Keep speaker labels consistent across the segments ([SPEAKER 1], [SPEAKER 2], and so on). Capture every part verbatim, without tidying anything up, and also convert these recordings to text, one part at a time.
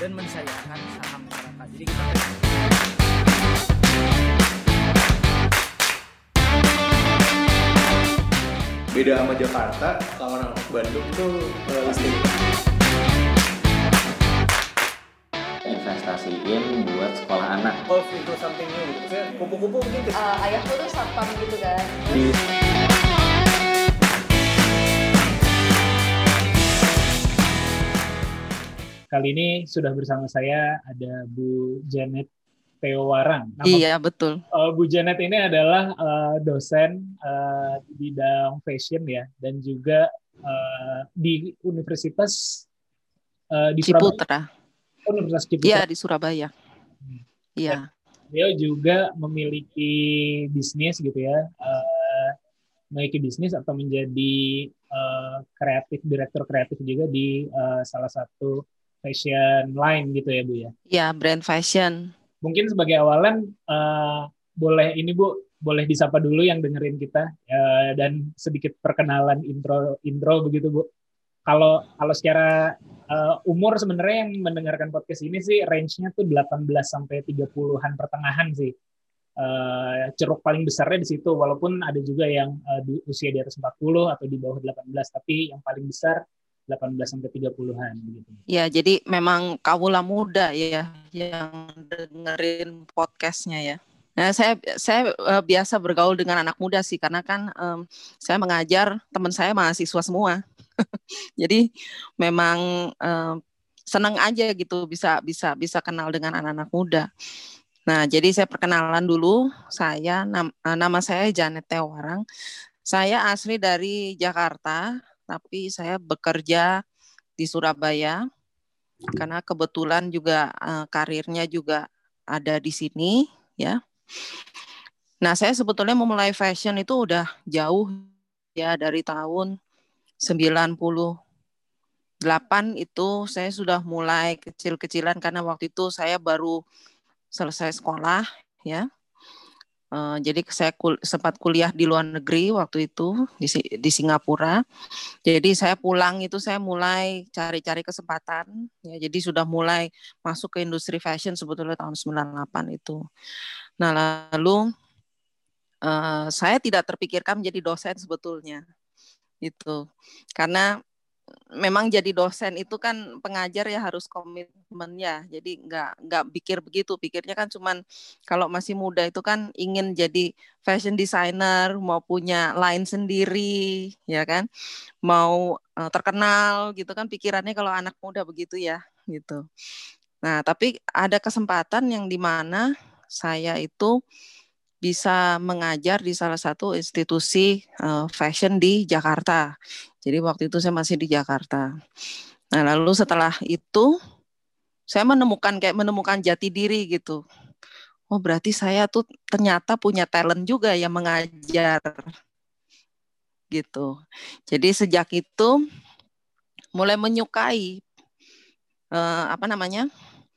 [SPEAKER 1] dan mensayangkan saham masyarakat. Jadi kita
[SPEAKER 2] beda sama Jakarta, kalau orang Bandung tuh pasti
[SPEAKER 3] investasiin buat sekolah anak.
[SPEAKER 2] Golf itu something new gitu. Saya kupu-kupu mungkin
[SPEAKER 4] uh, ayahku tuh satpam gitu kan.
[SPEAKER 2] Di...
[SPEAKER 5] Kali ini sudah bersama saya ada Bu Janet Teowarang.
[SPEAKER 6] Nama, iya, betul.
[SPEAKER 5] Uh, Bu Janet ini adalah uh, dosen uh, di bidang fashion ya, dan juga uh, di Universitas uh, di
[SPEAKER 6] Ciputra.
[SPEAKER 5] Surabaya. Universitas Ciputra.
[SPEAKER 6] Iya, di Surabaya. Iya. Hmm.
[SPEAKER 5] Beliau juga memiliki bisnis gitu ya, uh, memiliki bisnis atau menjadi uh, kreatif, direktur kreatif juga di uh, salah satu fashion line gitu ya Bu ya.
[SPEAKER 6] Iya, brand fashion.
[SPEAKER 5] Mungkin sebagai awalan uh, boleh ini Bu, boleh disapa dulu yang dengerin kita uh, dan sedikit perkenalan intro intro begitu Bu. Kalau kalau secara uh, umur sebenarnya yang mendengarkan podcast ini sih range-nya tuh delapan belas sampai tiga puluhan pertengahan sih. Uh, ceruk paling besarnya di situ, walaupun ada juga yang uh, di usia di atas empat puluh atau di bawah delapan belas, tapi yang paling besar delapan belas sampai tiga puluhan begitu.
[SPEAKER 6] Ya, jadi memang kawula muda ya yang dengerin podcastnya ya. Nah, saya saya uh, biasa bergaul dengan anak muda sih, karena kan um, saya mengajar, teman saya mahasiswa semua. Jadi memang um, senang aja gitu bisa bisa bisa kenal dengan anak-anak muda. Nah, jadi saya perkenalan dulu. Saya nam, nama saya Janet Teowarang. Saya asli dari Jakarta, tapi saya bekerja di Surabaya karena kebetulan juga uh, karirnya juga ada di sini ya. Nah, saya sebetulnya memulai fashion itu udah jauh ya, dari tahun sembilan puluh delapan itu saya sudah mulai kecil-kecilan karena waktu itu saya baru selesai sekolah ya. Uh, jadi saya kul- sempat kuliah di luar negeri waktu itu di, di Singapura. Jadi saya pulang itu saya mulai cari-cari kesempatan ya. Jadi sudah mulai masuk ke industri fashion sebetulnya tahun sembilan puluh delapan itu. Nah, lalu uh, saya tidak terpikirkan menjadi dosen sebetulnya. Itu karena memang jadi dosen itu kan pengajar ya harus komitmen ya, jadi nggak nggak pikir begitu, pikirnya kan cuman kalau masih muda itu kan ingin jadi fashion designer, mau punya line sendiri ya kan, mau uh, terkenal gitu kan, pikirannya kalau anak muda begitu ya gitu. Nah, tapi ada kesempatan yang dimana saya itu bisa mengajar di salah satu institusi uh, fashion di Jakarta. Jadi waktu itu saya masih di Jakarta. Nah, lalu setelah itu saya menemukan kayak menemukan jati diri gitu. Oh, berarti saya tuh ternyata punya talent juga yang mengajar. Gitu. Jadi sejak itu mulai menyukai uh, apa namanya?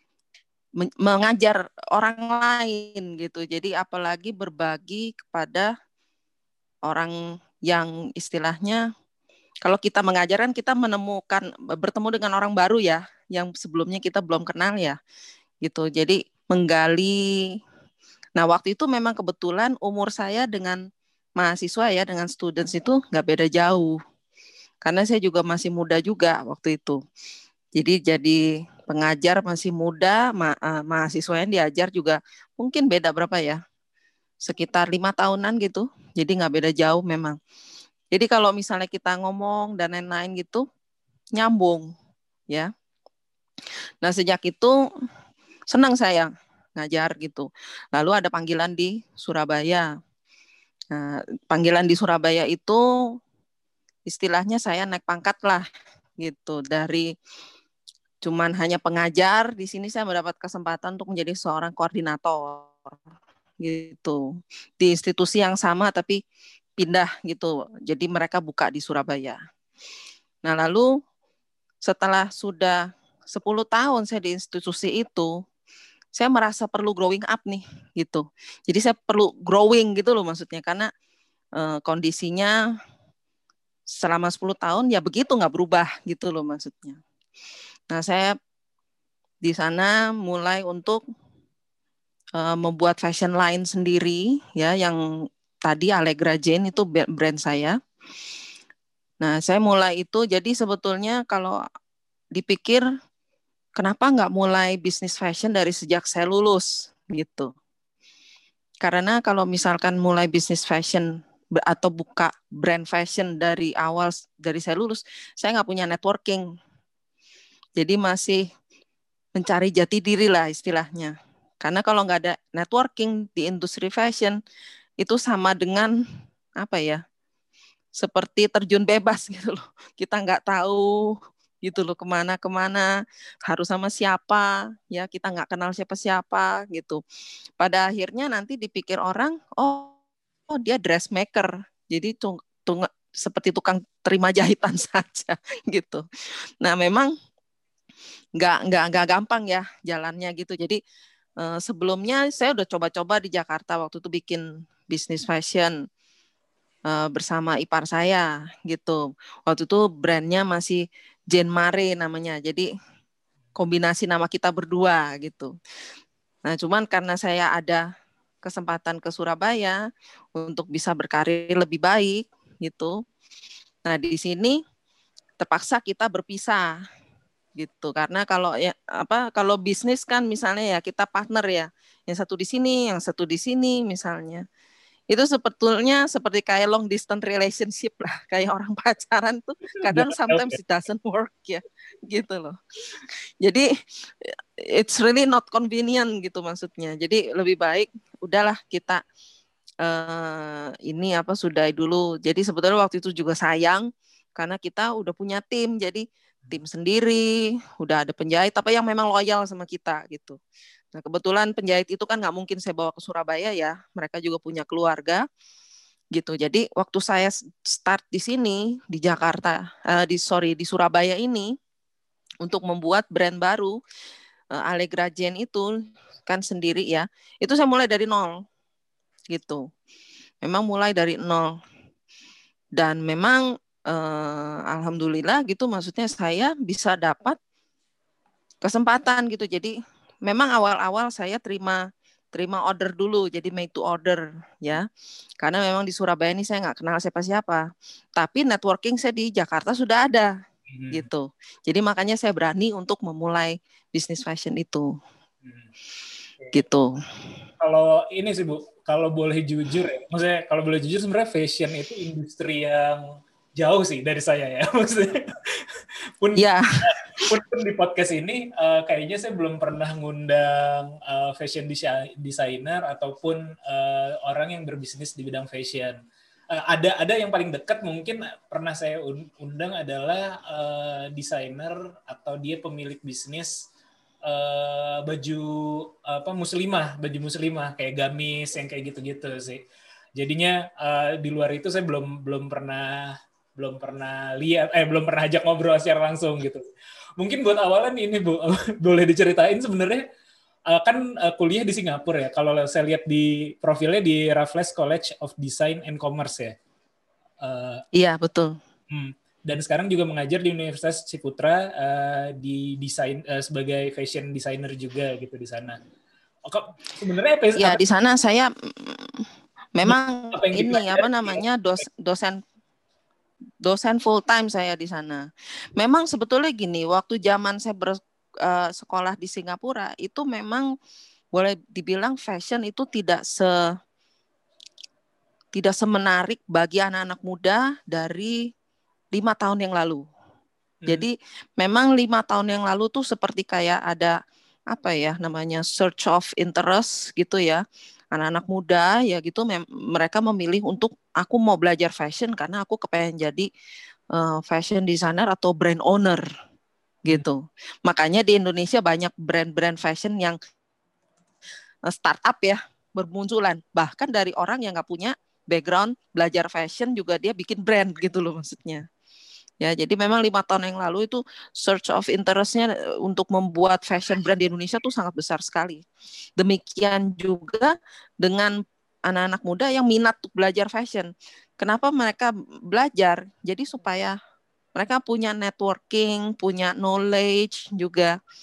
[SPEAKER 6] mengajar orang lain gitu. Jadi apalagi berbagi kepada orang yang istilahnya kalau kita mengajar kan kita menemukan bertemu dengan orang baru ya yang sebelumnya kita belum kenal ya gitu. Jadi menggali. Nah, waktu itu memang kebetulan umur saya dengan mahasiswa ya, dengan students itu nggak beda jauh. Karena saya juga masih muda juga waktu itu. Jadi jadi pengajar masih muda, ma- uh, mahasiswa yang diajar juga mungkin beda berapa ya? Sekitar lima tahunan gitu. Jadi nggak beda jauh memang. Jadi kalau misalnya kita ngomong dan lain-lain gitu, nyambung ya. Nah, sejak itu senang saya ngajar gitu. Lalu ada panggilan di Surabaya. Nah, panggilan di Surabaya itu istilahnya saya naik pangkat lah gitu. Dari cuman hanya pengajar, di sini saya mendapat kesempatan untuk menjadi seorang koordinator gitu. Di institusi yang sama tapi pindah gitu. Jadi mereka buka di Surabaya. Nah, lalu setelah sudah sepuluh tahun saya di institusi itu, saya merasa perlu growing up nih gitu. Jadi saya perlu growing gitu loh maksudnya, karena eh, kondisinya selama sepuluh tahun ya begitu, nggak berubah gitu loh maksudnya. Nah, saya di sana mulai untuk uh, membuat fashion line sendiri ya, yang tadi Allegra Jane itu brand saya. Nah, saya mulai itu, jadi sebetulnya kalau dipikir kenapa nggak mulai bisnis fashion dari sejak saya lulus gitu. Karena kalau misalkan mulai bisnis fashion atau buka brand fashion dari awal, dari saya lulus, saya nggak punya networking. Jadi masih mencari jati diri lah istilahnya. Karena kalau nggak ada networking di industri fashion, itu sama dengan apa ya, seperti terjun bebas gitu loh. Kita nggak tahu gitu loh kemana-kemana, harus sama siapa, ya kita nggak kenal siapa-siapa gitu. Pada akhirnya nanti dipikir orang, oh, oh dia dressmaker, jadi tung, tung, seperti tukang terima jahitan saja gitu. Nah memang nggak nggak nggak gampang ya jalannya gitu. Jadi eh, sebelumnya saya udah coba-coba di Jakarta waktu itu bikin bisnis fashion eh, bersama ipar saya gitu. Waktu itu brandnya masih Jane Mare namanya. Jadi kombinasi nama kita berdua gitu. Nah cuman karena saya ada kesempatan ke Surabaya untuk bisa berkarir lebih baik gitu. Nah di sini terpaksa kita berpisah gitu, karena kalau ya apa kalau bisnis kan misalnya ya kita partner ya, yang satu di sini yang satu di sini misalnya, itu sebetulnya seperti kayak long distance relationship lah, kayak orang pacaran tuh kadang sometimes it doesn't work ya gitu loh. Jadi it's really not convenient gitu maksudnya. Jadi lebih baik udahlah kita uh, ini apa sudahi dulu. Jadi sebetulnya waktu itu juga sayang karena kita udah punya tim, jadi tim sendiri, udah ada penjahit apa yang memang loyal sama kita gitu. Nah kebetulan penjahit itu kan nggak mungkin saya bawa ke Surabaya ya, mereka juga punya keluarga gitu. Jadi waktu saya start di sini di Jakarta, uh, di sorry di Surabaya ini untuk membuat brand baru uh, Allegra Jane itu kan sendiri ya, itu saya mulai dari nol gitu. Memang mulai dari nol dan memang Uh, alhamdulillah gitu, maksudnya saya bisa dapat kesempatan gitu. Jadi memang awal-awal saya terima terima order dulu, jadi made to order ya. Karena memang di Surabaya ini saya nggak kenal siapa-siapa. Tapi networking saya di Jakarta sudah ada hmm. gitu. Jadi makanya saya berani untuk memulai bisnis fashion itu. Hmm. Gitu.
[SPEAKER 5] Kalau ini sih Bu, kalau boleh jujur ya, maksudnya kalau boleh jujur sebenarnya fashion itu industri yang jauh sih dari saya ya, maksudnya pun,
[SPEAKER 6] yeah.
[SPEAKER 5] pun pun di podcast ini uh, kayaknya saya belum pernah ngundang uh, fashion designer ataupun uh, orang yang berbisnis di bidang fashion. Uh, ada ada yang paling dekat mungkin pernah saya undang adalah uh, desainer atau dia pemilik bisnis uh, baju apa muslimah, baju muslimah kayak gamis yang kayak gitu-gitu sih. Jadinya uh, di luar itu saya belum belum pernah belum pernah lihat, eh belum pernah ajak ngobrol secara langsung gitu. Mungkin buat awalan ini Bu, boleh diceritain sebenarnya uh, kan uh, kuliah di Singapura ya. Kalau saya lihat di profilnya di Raffles College of Design and Commerce ya. Uh,
[SPEAKER 6] iya betul.
[SPEAKER 5] Hmm. Dan sekarang juga mengajar di Universitas Ciputra uh, di desain uh, sebagai fashion designer juga gitu di sana. Oh, sebenarnya apa,
[SPEAKER 6] ya
[SPEAKER 5] apa,
[SPEAKER 6] di sana saya memang apa ini apa namanya dos, dosen dosen full time saya di sana. Memang sebetulnya gini, waktu zaman saya bersekolah uh, di Singapura itu memang boleh dibilang fashion itu tidak se tidak semenarik bagi anak-anak muda dari lima tahun yang lalu. Hmm. Jadi memang lima tahun yang lalu tuh seperti kayak ada apa ya namanya search of interest gitu ya. Anak-anak muda ya gitu mem- mereka memilih untuk aku mau belajar fashion karena aku kepengen jadi uh, fashion designer atau brand owner gitu. Hmm. Makanya di Indonesia banyak brand-brand fashion yang uh, startup ya bermunculan. Bahkan dari orang yang nggak punya background belajar fashion juga dia bikin brand gitu loh maksudnya. Ya, jadi memang lima tahun yang lalu itu search of interest-nya untuk membuat fashion brand di Indonesia tuh sangat besar sekali. Demikian juga dengan anak-anak muda yang minat untuk belajar fashion. Kenapa mereka belajar? Jadi supaya mereka punya networking, punya knowledge juga.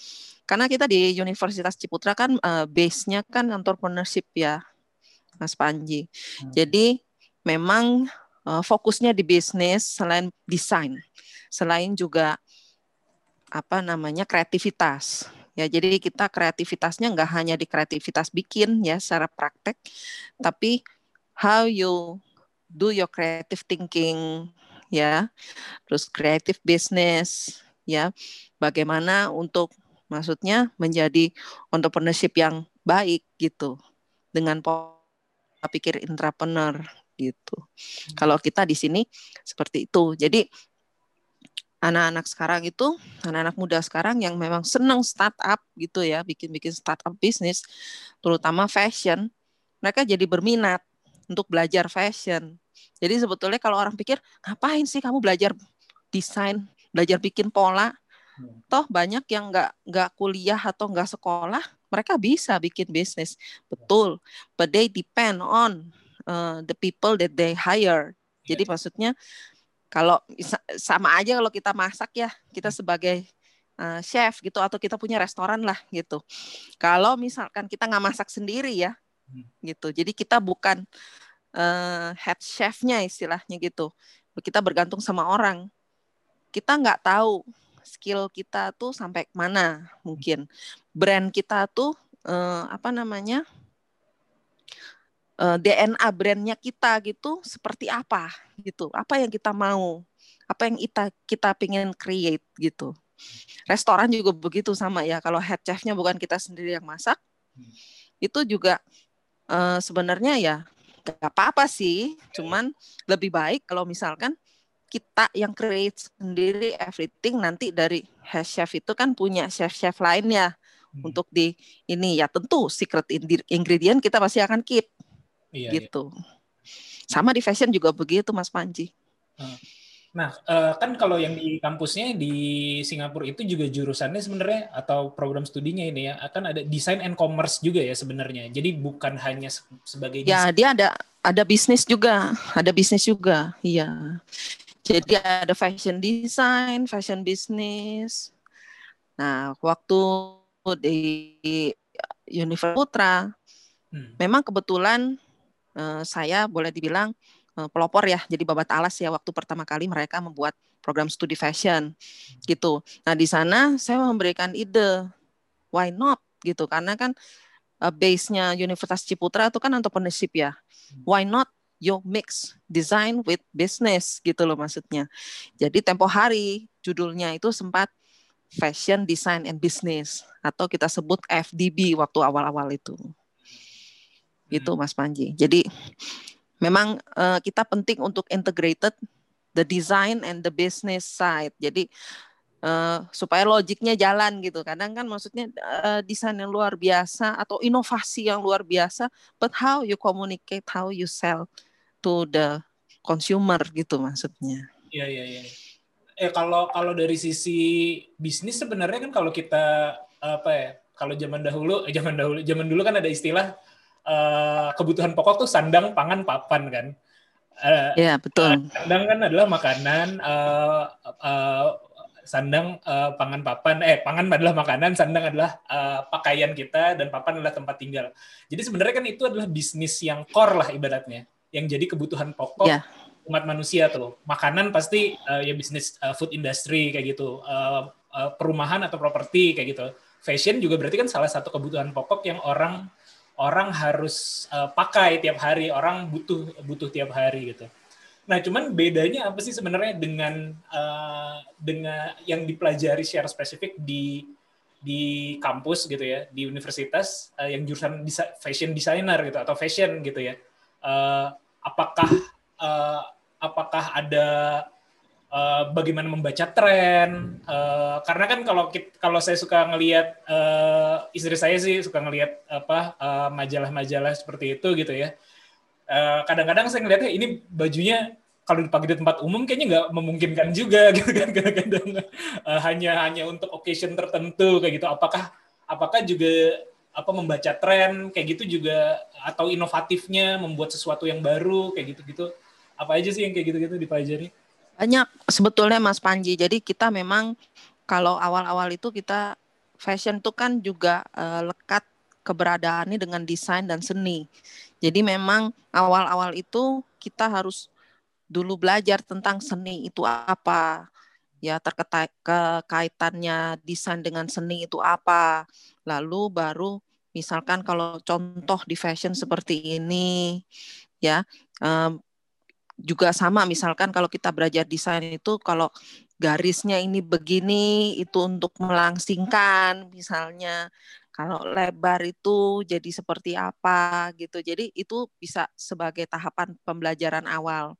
[SPEAKER 6] karena kita di Universitas Ciputra kan uh, base-nya kan entrepreneurship ya, Mas Panji. Hmm. Jadi memang uh, fokusnya di bisnis selain desain, selain juga apa namanya kreativitas. Ya, jadi kita kreativitasnya nggak hanya di kreativitas bikin ya secara praktek, tapi how you do your creative thinking ya, terus creative business ya, bagaimana untuk maksudnya menjadi entrepreneurship yang baik gitu dengan pola pikir intrapreneur gitu. Hmm. Kalau kita di sini seperti itu. Jadi anak-anak sekarang itu, anak-anak muda sekarang yang memang senang startup gitu ya, bikin-bikin startup bisnis, terutama fashion, mereka jadi berminat untuk belajar fashion. Jadi sebetulnya kalau orang pikir, ngapain sih kamu belajar desain, belajar bikin pola? Toh banyak yang nggak nggak kuliah atau nggak sekolah, mereka bisa bikin bisnis. Betul, but they depend on uh, the people that they hire. Jadi maksudnya, kalau sama aja kalau kita masak ya, kita sebagai uh, chef gitu, atau kita punya restoran lah gitu. Kalau misalkan kita nggak masak sendiri ya, gitu. Jadi kita bukan uh, head chefnya istilahnya gitu. Kita bergantung sama orang. Kita nggak tahu skill kita tuh sampai mana mungkin. Brand kita tuh uh, apa namanya? D N A brandnya kita gitu seperti apa gitu, apa yang kita mau, apa yang kita kita pengen create gitu. Restoran juga begitu sama ya, kalau head chefnya bukan kita sendiri yang masak, itu juga uh, sebenarnya ya gak apa-apa sih, cuman lebih baik kalau misalkan kita yang create sendiri everything, nanti dari head chef itu kan punya chef-chef lainnya hmm. untuk di ini ya, tentu secret ingredient kita pasti akan keep. Iya, gitu. Iya. Sama di fashion juga begitu, Mas Panji.
[SPEAKER 5] Nah, kan kalau yang di kampusnya di Singapura itu juga jurusannya sebenarnya atau program studinya ini ya akan ada design and commerce juga ya sebenarnya. Jadi bukan hanya sebagai
[SPEAKER 6] ya, dia ada ada bisnis juga, ada bisnis juga. Iya. Jadi ada fashion design, fashion business. Nah, waktu di Universitas Putra, hmm. memang kebetulan Uh, saya boleh dibilang uh, pelopor ya, jadi babat alas ya waktu pertama kali mereka membuat program studi fashion gitu. Nah di sana saya memberikan ide, why not gitu, karena kan uh, base-nya Universitas Ciputra itu kan entrepreneurship ya, why not you mix design with business gitu loh maksudnya. Jadi tempo hari judulnya itu sempat Fashion Design and Business atau kita sebut F D B waktu awal-awal itu. Gitu Mas Panji. Jadi memang uh, kita penting untuk integrated the design and the business side. Jadi uh, supaya logiknya jalan gitu. Kadang kan maksudnya uh, desain yang luar biasa atau inovasi yang luar biasa, but how you communicate, how you sell to the consumer gitu maksudnya.
[SPEAKER 5] Iya iya iya. Eh kalau kalau dari sisi bisnis sebenarnya kan kalau kita apa ya? Kalau zaman dahulu, eh, zaman dahulu, zaman dulu kan ada istilah Uh, kebutuhan pokok tuh sandang, pangan, papan kan. Uh,
[SPEAKER 6] ya betul.
[SPEAKER 5] Uh, sandang kan adalah makanan, uh, uh, sandang, uh, pangan, papan. Eh pangan adalah makanan, sandang adalah uh, pakaian kita, dan papan adalah tempat tinggal. Jadi sebenarnya kan itu adalah bisnis yang core lah ibaratnya, yang jadi kebutuhan pokok ya. Umat manusia tuh. Makanan pasti uh, ya bisnis uh, food industry kayak gitu, uh, uh, perumahan atau properti kayak gitu. Fashion juga berarti kan salah satu kebutuhan pokok yang orang orang harus uh, pakai tiap hari, orang butuh butuh tiap hari gitu. Nah, cuman bedanya apa sih sebenarnya dengan uh, dengan yang dipelajari secara spesifik di di kampus gitu ya, di universitas uh, yang jurusan desa- fashion designer gitu atau fashion gitu ya. Uh, apakah uh, apakah ada Uh, bagaimana membaca tren, uh, karena kan kalau kalau saya suka ngelihat uh, istri saya sih suka ngelihat apa uh, majalah-majalah seperti itu gitu ya. Uh, kadang-kadang saya ngelihatnya ini bajunya kalau dipakai di tempat umum kayaknya nggak memungkinkan juga gitu kan, kadang-kadang uh, hanya hanya untuk occasion tertentu kayak gitu. Apakah apakah juga apa membaca tren kayak gitu juga, atau inovatifnya membuat sesuatu yang baru kayak gitu-gitu, apa aja sih yang kayak gitu-gitu dipelajari?
[SPEAKER 6] Banyak sebetulnya Mas Panji. Jadi kita memang kalau awal-awal itu kita fashion itu kan juga uh, lekat keberadaannya dengan desain dan seni. Jadi memang awal-awal itu kita harus dulu belajar tentang seni itu apa, ya terkait kekaitannya desain dengan seni itu apa. Lalu baru misalkan kalau contoh di fashion seperti ini, ya um, juga sama misalkan kalau kita belajar desain itu kalau garisnya ini begini itu untuk melangsingkan misalnya, kalau lebar itu jadi seperti apa gitu. Jadi itu bisa sebagai tahapan pembelajaran awal.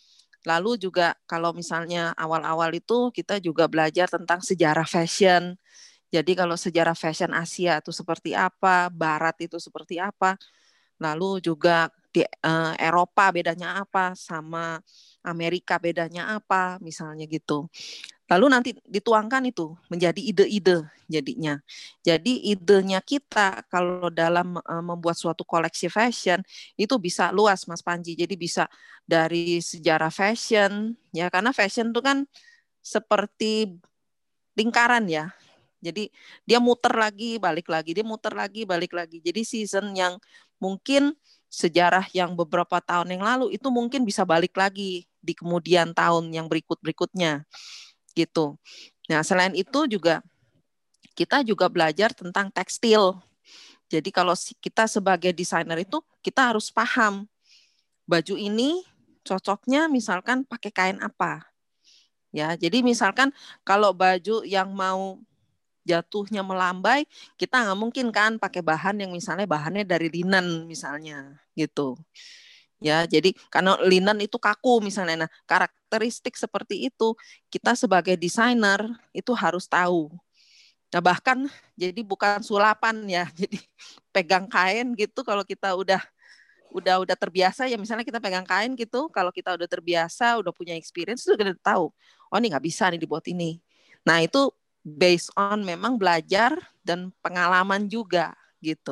[SPEAKER 6] Lalu juga kalau misalnya awal-awal itu kita juga belajar tentang sejarah fashion. Jadi kalau sejarah fashion Asia itu seperti apa, Barat itu seperti apa, lalu juga di uh, Eropa bedanya apa, sama Amerika bedanya apa, misalnya gitu. Lalu nanti dituangkan itu menjadi ide-ide jadinya. Jadi idenya kita kalau dalam uh, membuat suatu koleksi fashion itu bisa luas Mas Panji. Jadi bisa dari sejarah fashion, ya karena fashion itu kan seperti lingkaran ya. Jadi dia muter lagi, balik lagi, dia muter lagi, balik lagi. Jadi season yang mungkin sejarah yang beberapa tahun yang lalu itu mungkin bisa balik lagi di kemudian tahun yang berikut-berikutnya gitu. Nah, selain itu juga kita juga belajar tentang tekstil. Jadi kalau kita sebagai desainer itu kita harus paham baju ini cocoknya misalkan pakai kain apa. Ya, jadi misalkan kalau baju yang mau jatuhnya melambai, kita nggak mungkin kan pakai bahan yang misalnya bahannya dari linen misalnya gitu. Ya, jadi karena linen itu kaku misalnya. Nah, karakteristik seperti itu kita sebagai desainer itu harus tahu. Nah, bahkan jadi bukan sulapan ya. Jadi pegang kain gitu kalau kita udah udah udah terbiasa ya, misalnya kita pegang kain gitu, kalau kita udah terbiasa, udah punya experience itu udah tahu. Oh, ini nggak bisa nih dibuat ini. Nah, itu based on memang belajar dan pengalaman juga gitu.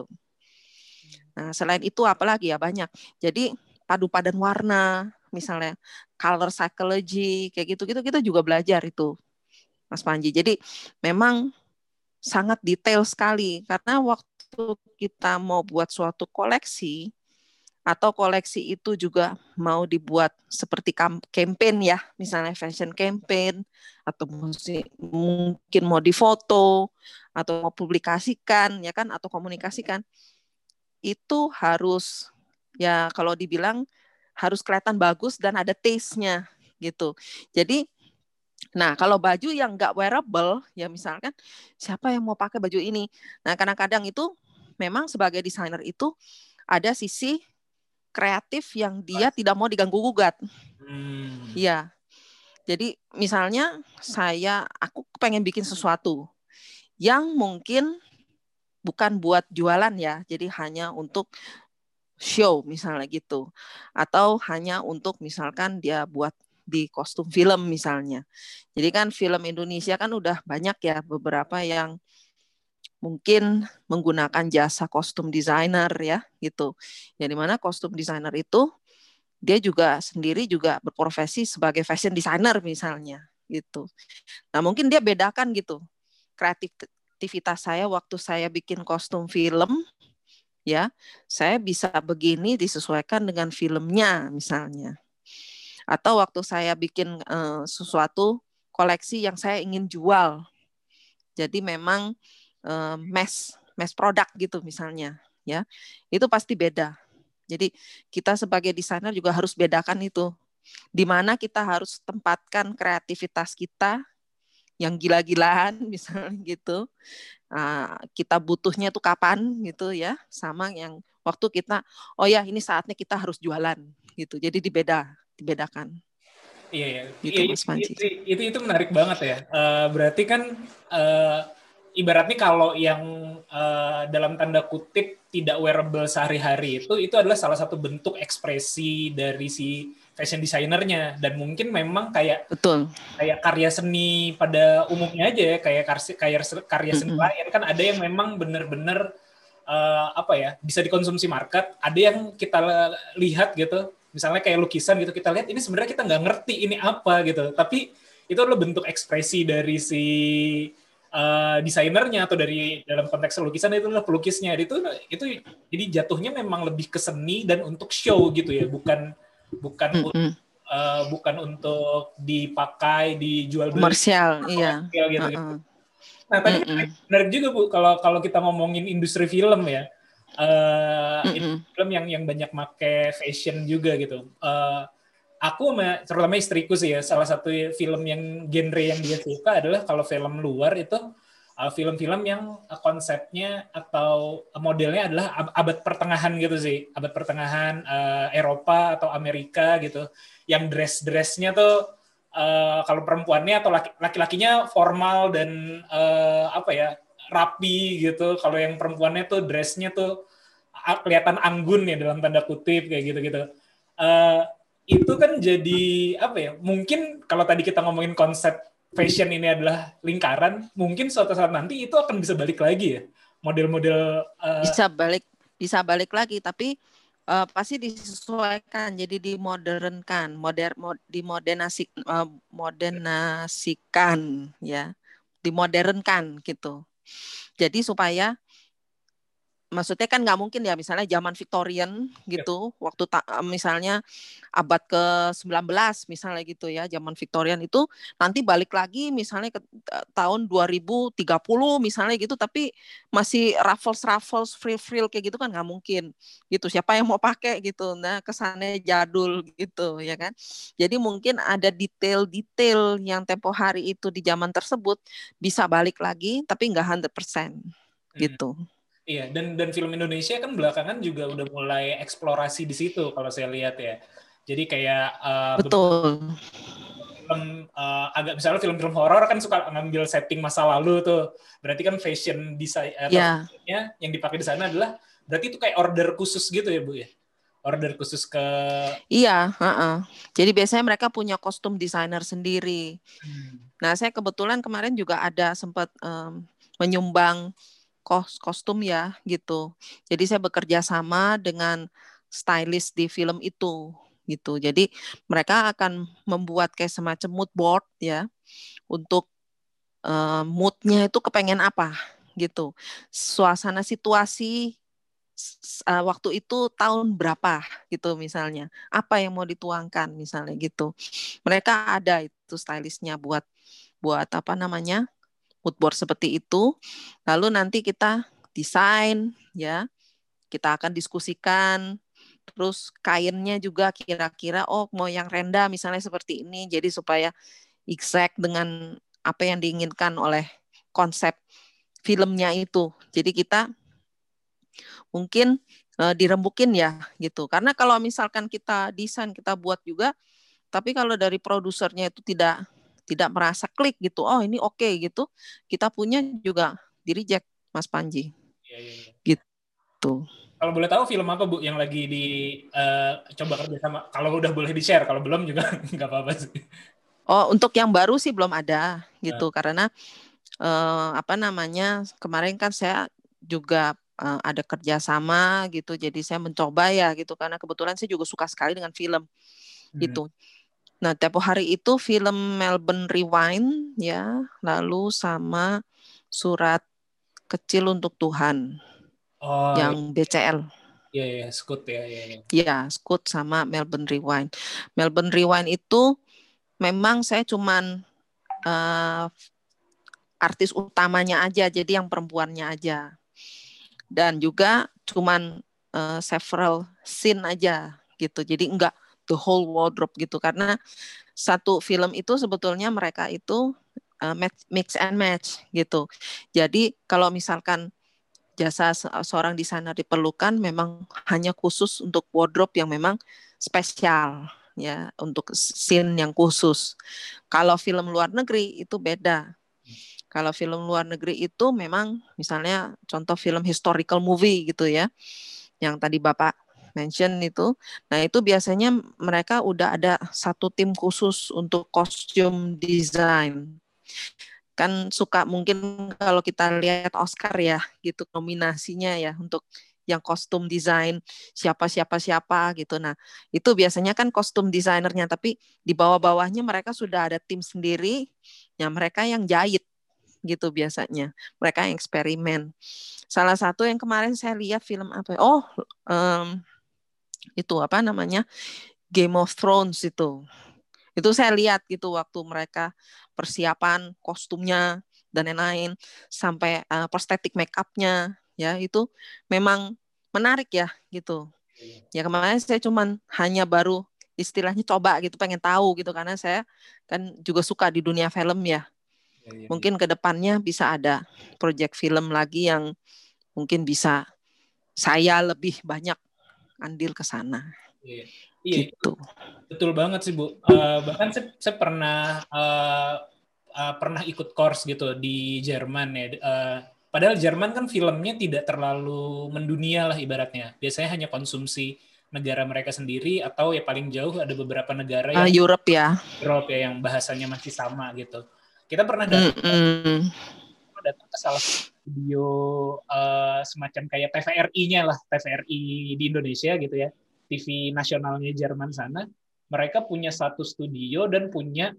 [SPEAKER 6] Nah, selain itu apalagi ya banyak. Jadi padu padan warna, misalnya color psychology, kayak gitu-gitu kita juga belajar itu, Mas Panji. Jadi memang sangat detail sekali karena waktu kita mau buat suatu koleksi atau koleksi itu juga mau dibuat seperti campaign ya, misalnya fashion campaign, atau mungkin mau difoto, atau mau publikasikan, ya kan, atau komunikasikan, itu harus, ya kalau dibilang harus kelihatan bagus dan ada taste-nya, gitu. Jadi, nah kalau baju yang nggak wearable, ya misalkan, siapa yang mau pakai baju ini? Nah kadang-kadang itu, memang sebagai desainer itu, ada sisi kreatif yang dia tidak mau diganggu-gugat.
[SPEAKER 5] Hmm.
[SPEAKER 6] Iya. Jadi misalnya saya, aku pengen bikin sesuatu yang mungkin bukan buat jualan ya, jadi hanya untuk show misalnya gitu. Atau hanya untuk misalkan dia buat di kostum film misalnya. Jadi kan film Indonesia kan udah banyak ya beberapa yang mungkin menggunakan jasa kostum desainer ya gitu. Ya di mana kostum desainer itu dia juga sendiri juga berprofesi sebagai fashion designer misalnya gitu. Nah, mungkin dia bedakan gitu. Kreativitas saya waktu saya bikin kostum film ya, saya bisa begini disesuaikan dengan filmnya misalnya. Atau waktu saya bikin uh, sesuatu koleksi yang saya ingin jual. Jadi memang uh, mass mass product gitu misalnya ya. Itu pasti beda. Jadi kita sebagai desainer juga harus bedakan itu. Di mana kita harus tempatkan kreativitas kita yang gila-gilaan misalnya gitu. Uh, kita butuhnya tuh kapan gitu ya, sama yang waktu kita oh ya ini saatnya kita harus jualan gitu. Jadi dibeda, dibedakan.
[SPEAKER 5] Iya ya.
[SPEAKER 6] Gitu,
[SPEAKER 5] Iya,
[SPEAKER 6] Mas Panji.
[SPEAKER 5] itu, itu itu menarik banget ya. Uh, berarti kan uh, ibaratnya kalau yang uh, dalam tanda kutip tidak wearable sehari-hari itu itu adalah salah satu bentuk ekspresi dari si fashion designernya, dan mungkin memang kayak
[SPEAKER 6] betul
[SPEAKER 5] kayak karya seni pada umumnya aja ya, kayak karya karya seni mm-hmm. lain kan ada yang memang benar-benar uh, apa ya bisa dikonsumsi market, ada yang kita lihat gitu, misalnya kayak lukisan gitu, kita lihat ini sebenarnya kita nggak ngerti ini apa gitu, tapi itu adalah bentuk ekspresi dari si uh, desainernya atau dari dalam konteks lukisan itu adalah pelukisnya. Itu itu jadi jatuhnya memang lebih ke seni dan untuk show gitu ya, bukan bukan
[SPEAKER 6] Mm-mm.
[SPEAKER 5] uh, bukan untuk dipakai dijual beli
[SPEAKER 6] Komersial, iya.
[SPEAKER 5] gitu, gitu.
[SPEAKER 6] Uh-uh.
[SPEAKER 5] Nah tadi
[SPEAKER 6] Mm-mm.
[SPEAKER 5] menarik, menarik juga Bu kalau kalau kita ngomongin industri film ya, uh, film yang yang banyak make fashion juga gitu. Uh, aku sama, terutama istriku sih ya, salah satu film yang genre yang dia suka adalah kalau film luar itu uh, film-film yang uh, konsepnya atau modelnya adalah ab- abad pertengahan gitu sih, abad pertengahan uh, Eropa atau Amerika gitu, yang dress-dressnya tuh uh, kalau perempuannya atau laki- laki-lakinya formal dan uh, apa ya rapi gitu, kalau yang perempuannya tuh dressnya tuh uh, kelihatan anggun ya dalam tanda kutip kayak gitu-gitu. Uh, itu kan jadi apa ya? Mungkin kalau tadi kita ngomongin konsep fashion ini adalah lingkaran, mungkin suatu saat nanti itu akan bisa balik lagi ya. Model-model uh...
[SPEAKER 6] bisa balik bisa balik lagi, tapi uh, pasti disesuaikan, jadi dimodernkan, moder mod, dimodernasi uh, modernasikan ya, dimodernkan gitu. Jadi supaya maksudnya kan nggak mungkin ya misalnya zaman Victorian gitu, yeah. waktu ta- misalnya abad ke sembilan belas misalnya gitu ya, zaman Victorian itu nanti balik lagi misalnya ke tahun dua ribu tiga puluh misalnya gitu, tapi masih ruffles-ruffles frill-frill kayak gitu kan nggak mungkin gitu. Siapa yang mau pakai gitu? Nah, kesannya jadul gitu ya kan. Jadi mungkin ada detail-detail yang tempo hari itu di zaman tersebut bisa balik lagi, tapi nggak one hundred percent gitu.
[SPEAKER 5] Hmm. Iya, dan dan film Indonesia kan belakangan juga udah mulai eksplorasi di situ kalau saya lihat ya. Jadi kayak uh,
[SPEAKER 6] betul.
[SPEAKER 5] Film uh, agak misalnya film-film horor kan suka ngambil setting masa lalu tuh. Berarti kan fashion design atau
[SPEAKER 6] yeah.
[SPEAKER 5] yang dipakai di sana adalah berarti itu kayak order khusus gitu ya, Bu ya. Order khusus ke
[SPEAKER 6] Iya, uh-uh. Jadi biasanya mereka punya kostum desainer sendiri. Hmm. Nah, saya kebetulan kemarin juga ada sempat um, menyumbang kos kostum ya gitu. Jadi saya bekerja sama dengan stylist di film itu gitu. Jadi mereka akan membuat kayak semacam mood board ya untuk uh, moodnya itu kepengen apa gitu. Suasana situasi uh, waktu itu tahun berapa gitu misalnya. Apa yang mau dituangkan misalnya gitu. Mereka ada itu stylistnya buat buat apa namanya? mood board seperti itu, lalu nanti kita desain ya, kita akan diskusikan, terus kainnya juga kira-kira oh mau yang rendah misalnya seperti ini, jadi supaya exact dengan apa yang diinginkan oleh konsep filmnya itu. Jadi kita mungkin uh, dirembukin ya gitu, karena kalau misalkan kita desain kita buat juga, tapi kalau dari produsernya itu tidak tidak merasa klik gitu, oh ini oke okay, gitu, kita punya juga di reject, Mas Panji.
[SPEAKER 5] Iya, iya, iya.
[SPEAKER 6] Gitu.
[SPEAKER 5] Kalau boleh tahu film apa Bu yang lagi di uh, coba kerja sama? Kalau udah boleh di share, kalau belum juga nggak apa-apa sih.
[SPEAKER 6] Oh untuk yang baru sih belum ada gitu, uh. karena uh, apa namanya kemarin kan saya juga uh, ada kerjasama gitu, jadi saya mencoba ya gitu, karena kebetulan saya juga suka sekali dengan film hmm. gitu. Nah, tempo hari itu film Melbourne Rewind ya, lalu sama Surat Kecil untuk Tuhan
[SPEAKER 5] oh,
[SPEAKER 6] yang B C L.
[SPEAKER 5] Iya, iya, Scoot ya, iya, iya.
[SPEAKER 6] Iya, Scoot sama Melbourne Rewind. Melbourne Rewind itu memang saya cuman uh, artis utamanya aja, jadi yang perempuannya aja. Dan juga cuman uh, several scene aja gitu. Jadi enggak the whole wardrobe gitu, karena satu film itu sebetulnya mereka itu uh, mix and match gitu. Jadi kalau misalkan jasa se- seorang desainer diperlukan, memang hanya khusus untuk wardrobe yang memang spesial ya, untuk scene yang khusus. Kalau film luar negeri itu beda. Kalau film luar negeri itu memang misalnya contoh film historical movie gitu ya, yang tadi Bapak mention itu, nah itu biasanya mereka udah ada satu tim khusus untuk kostum design. Kan suka mungkin kalau kita lihat Oscar ya gitu nominasinya ya untuk yang kostum desain siapa siapa siapa gitu. Nah itu biasanya kan kostum desainernya, tapi di bawah-bawahnya mereka sudah ada tim sendiri, ya mereka yang jahit gitu biasanya. Mereka yang eksperimen. Salah satu yang kemarin saya lihat film apa? ya? Oh, um, itu apa namanya? Game of Thrones itu. Itu saya lihat gitu waktu mereka persiapan kostumnya dan lain-lain sampai uh, prosthetic make up-nya ya itu memang menarik ya gitu. Ya kemarin saya cuman hanya baru istilahnya coba gitu pengen tahu gitu karena saya kan juga suka di dunia film ya. Mungkin ke depannya bisa ada proyek film lagi yang mungkin bisa saya lebih banyak andil ke sana.
[SPEAKER 5] Iya, iya
[SPEAKER 6] Gitu.
[SPEAKER 5] betul banget sih Bu. Uh, bahkan saya, saya pernah uh, uh, pernah ikut course gitu di Jerman ya. Uh, padahal Jerman kan filmnya tidak terlalu mendunia lah ibaratnya. Biasanya hanya konsumsi negara mereka sendiri atau ya paling jauh ada beberapa negara
[SPEAKER 6] Uh,
[SPEAKER 5] yang
[SPEAKER 6] Europe ya.
[SPEAKER 5] Europe ya yang bahasanya masih sama gitu. Kita pernah datang,
[SPEAKER 6] Mm-mm.
[SPEAKER 5] datang ke salah satu studio uh, semacam kayak T V R I-nya lah, T V R I di Indonesia gitu ya. T V nasionalnya Jerman sana, mereka punya satu studio dan punya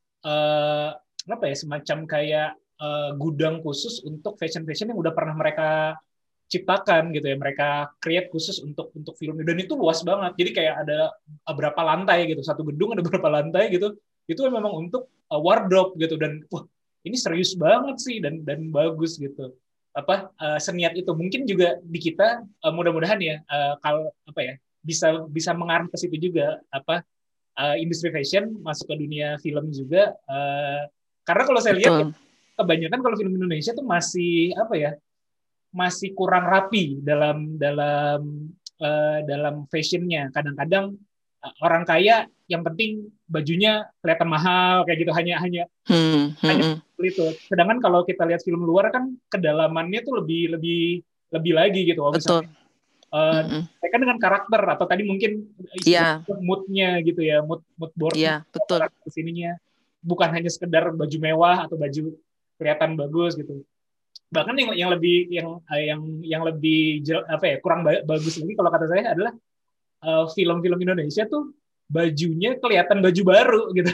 [SPEAKER 5] uh, apa ya semacam kayak uh, gudang khusus untuk fashion-fashion yang udah pernah mereka ciptakan gitu ya, mereka create khusus untuk untuk film dan itu luas banget. Jadi kayak ada berapa lantai gitu, satu gedung ada berapa lantai gitu. Itu memang untuk uh, wardrobe gitu dan wah ini serius banget sih dan dan bagus gitu. Apa uh, seniat itu mungkin juga di kita uh, mudah-mudahan ya uh, kalau apa ya bisa bisa mengarah ke situ juga apa uh, industri fashion masuk ke dunia film juga uh, karena kalau saya lihat ya, kebanyakan kalau film Indonesia tuh masih apa ya masih kurang rapi dalam dalam uh, dalam fashionnya. Kadang-kadang uh, orang kaya yang penting bajunya kelihatan mahal kayak gitu hanya hanya
[SPEAKER 6] hmm,
[SPEAKER 5] hanya
[SPEAKER 6] hmm,
[SPEAKER 5] itu. Sedangkan kalau kita lihat film luar kan kedalamannya tuh lebih lebih lebih lagi gitu. Oh,
[SPEAKER 6] betul.
[SPEAKER 5] misalnya uh,
[SPEAKER 6] Mm-mm.
[SPEAKER 5] mereka dengan karakter atau tadi mungkin
[SPEAKER 6] Iya.
[SPEAKER 5] moodnya gitu ya, mood mood boardnya,
[SPEAKER 6] Iya, betul.
[SPEAKER 5] kesininya bukan hanya sekedar baju mewah atau baju kelihatan bagus gitu. Bahkan yang yang lebih yang yang yang lebih apa ya kurang bagus lagi kalau kata saya adalah uh, film-film Indonesia tuh bajunya kelihatan baju baru gitu.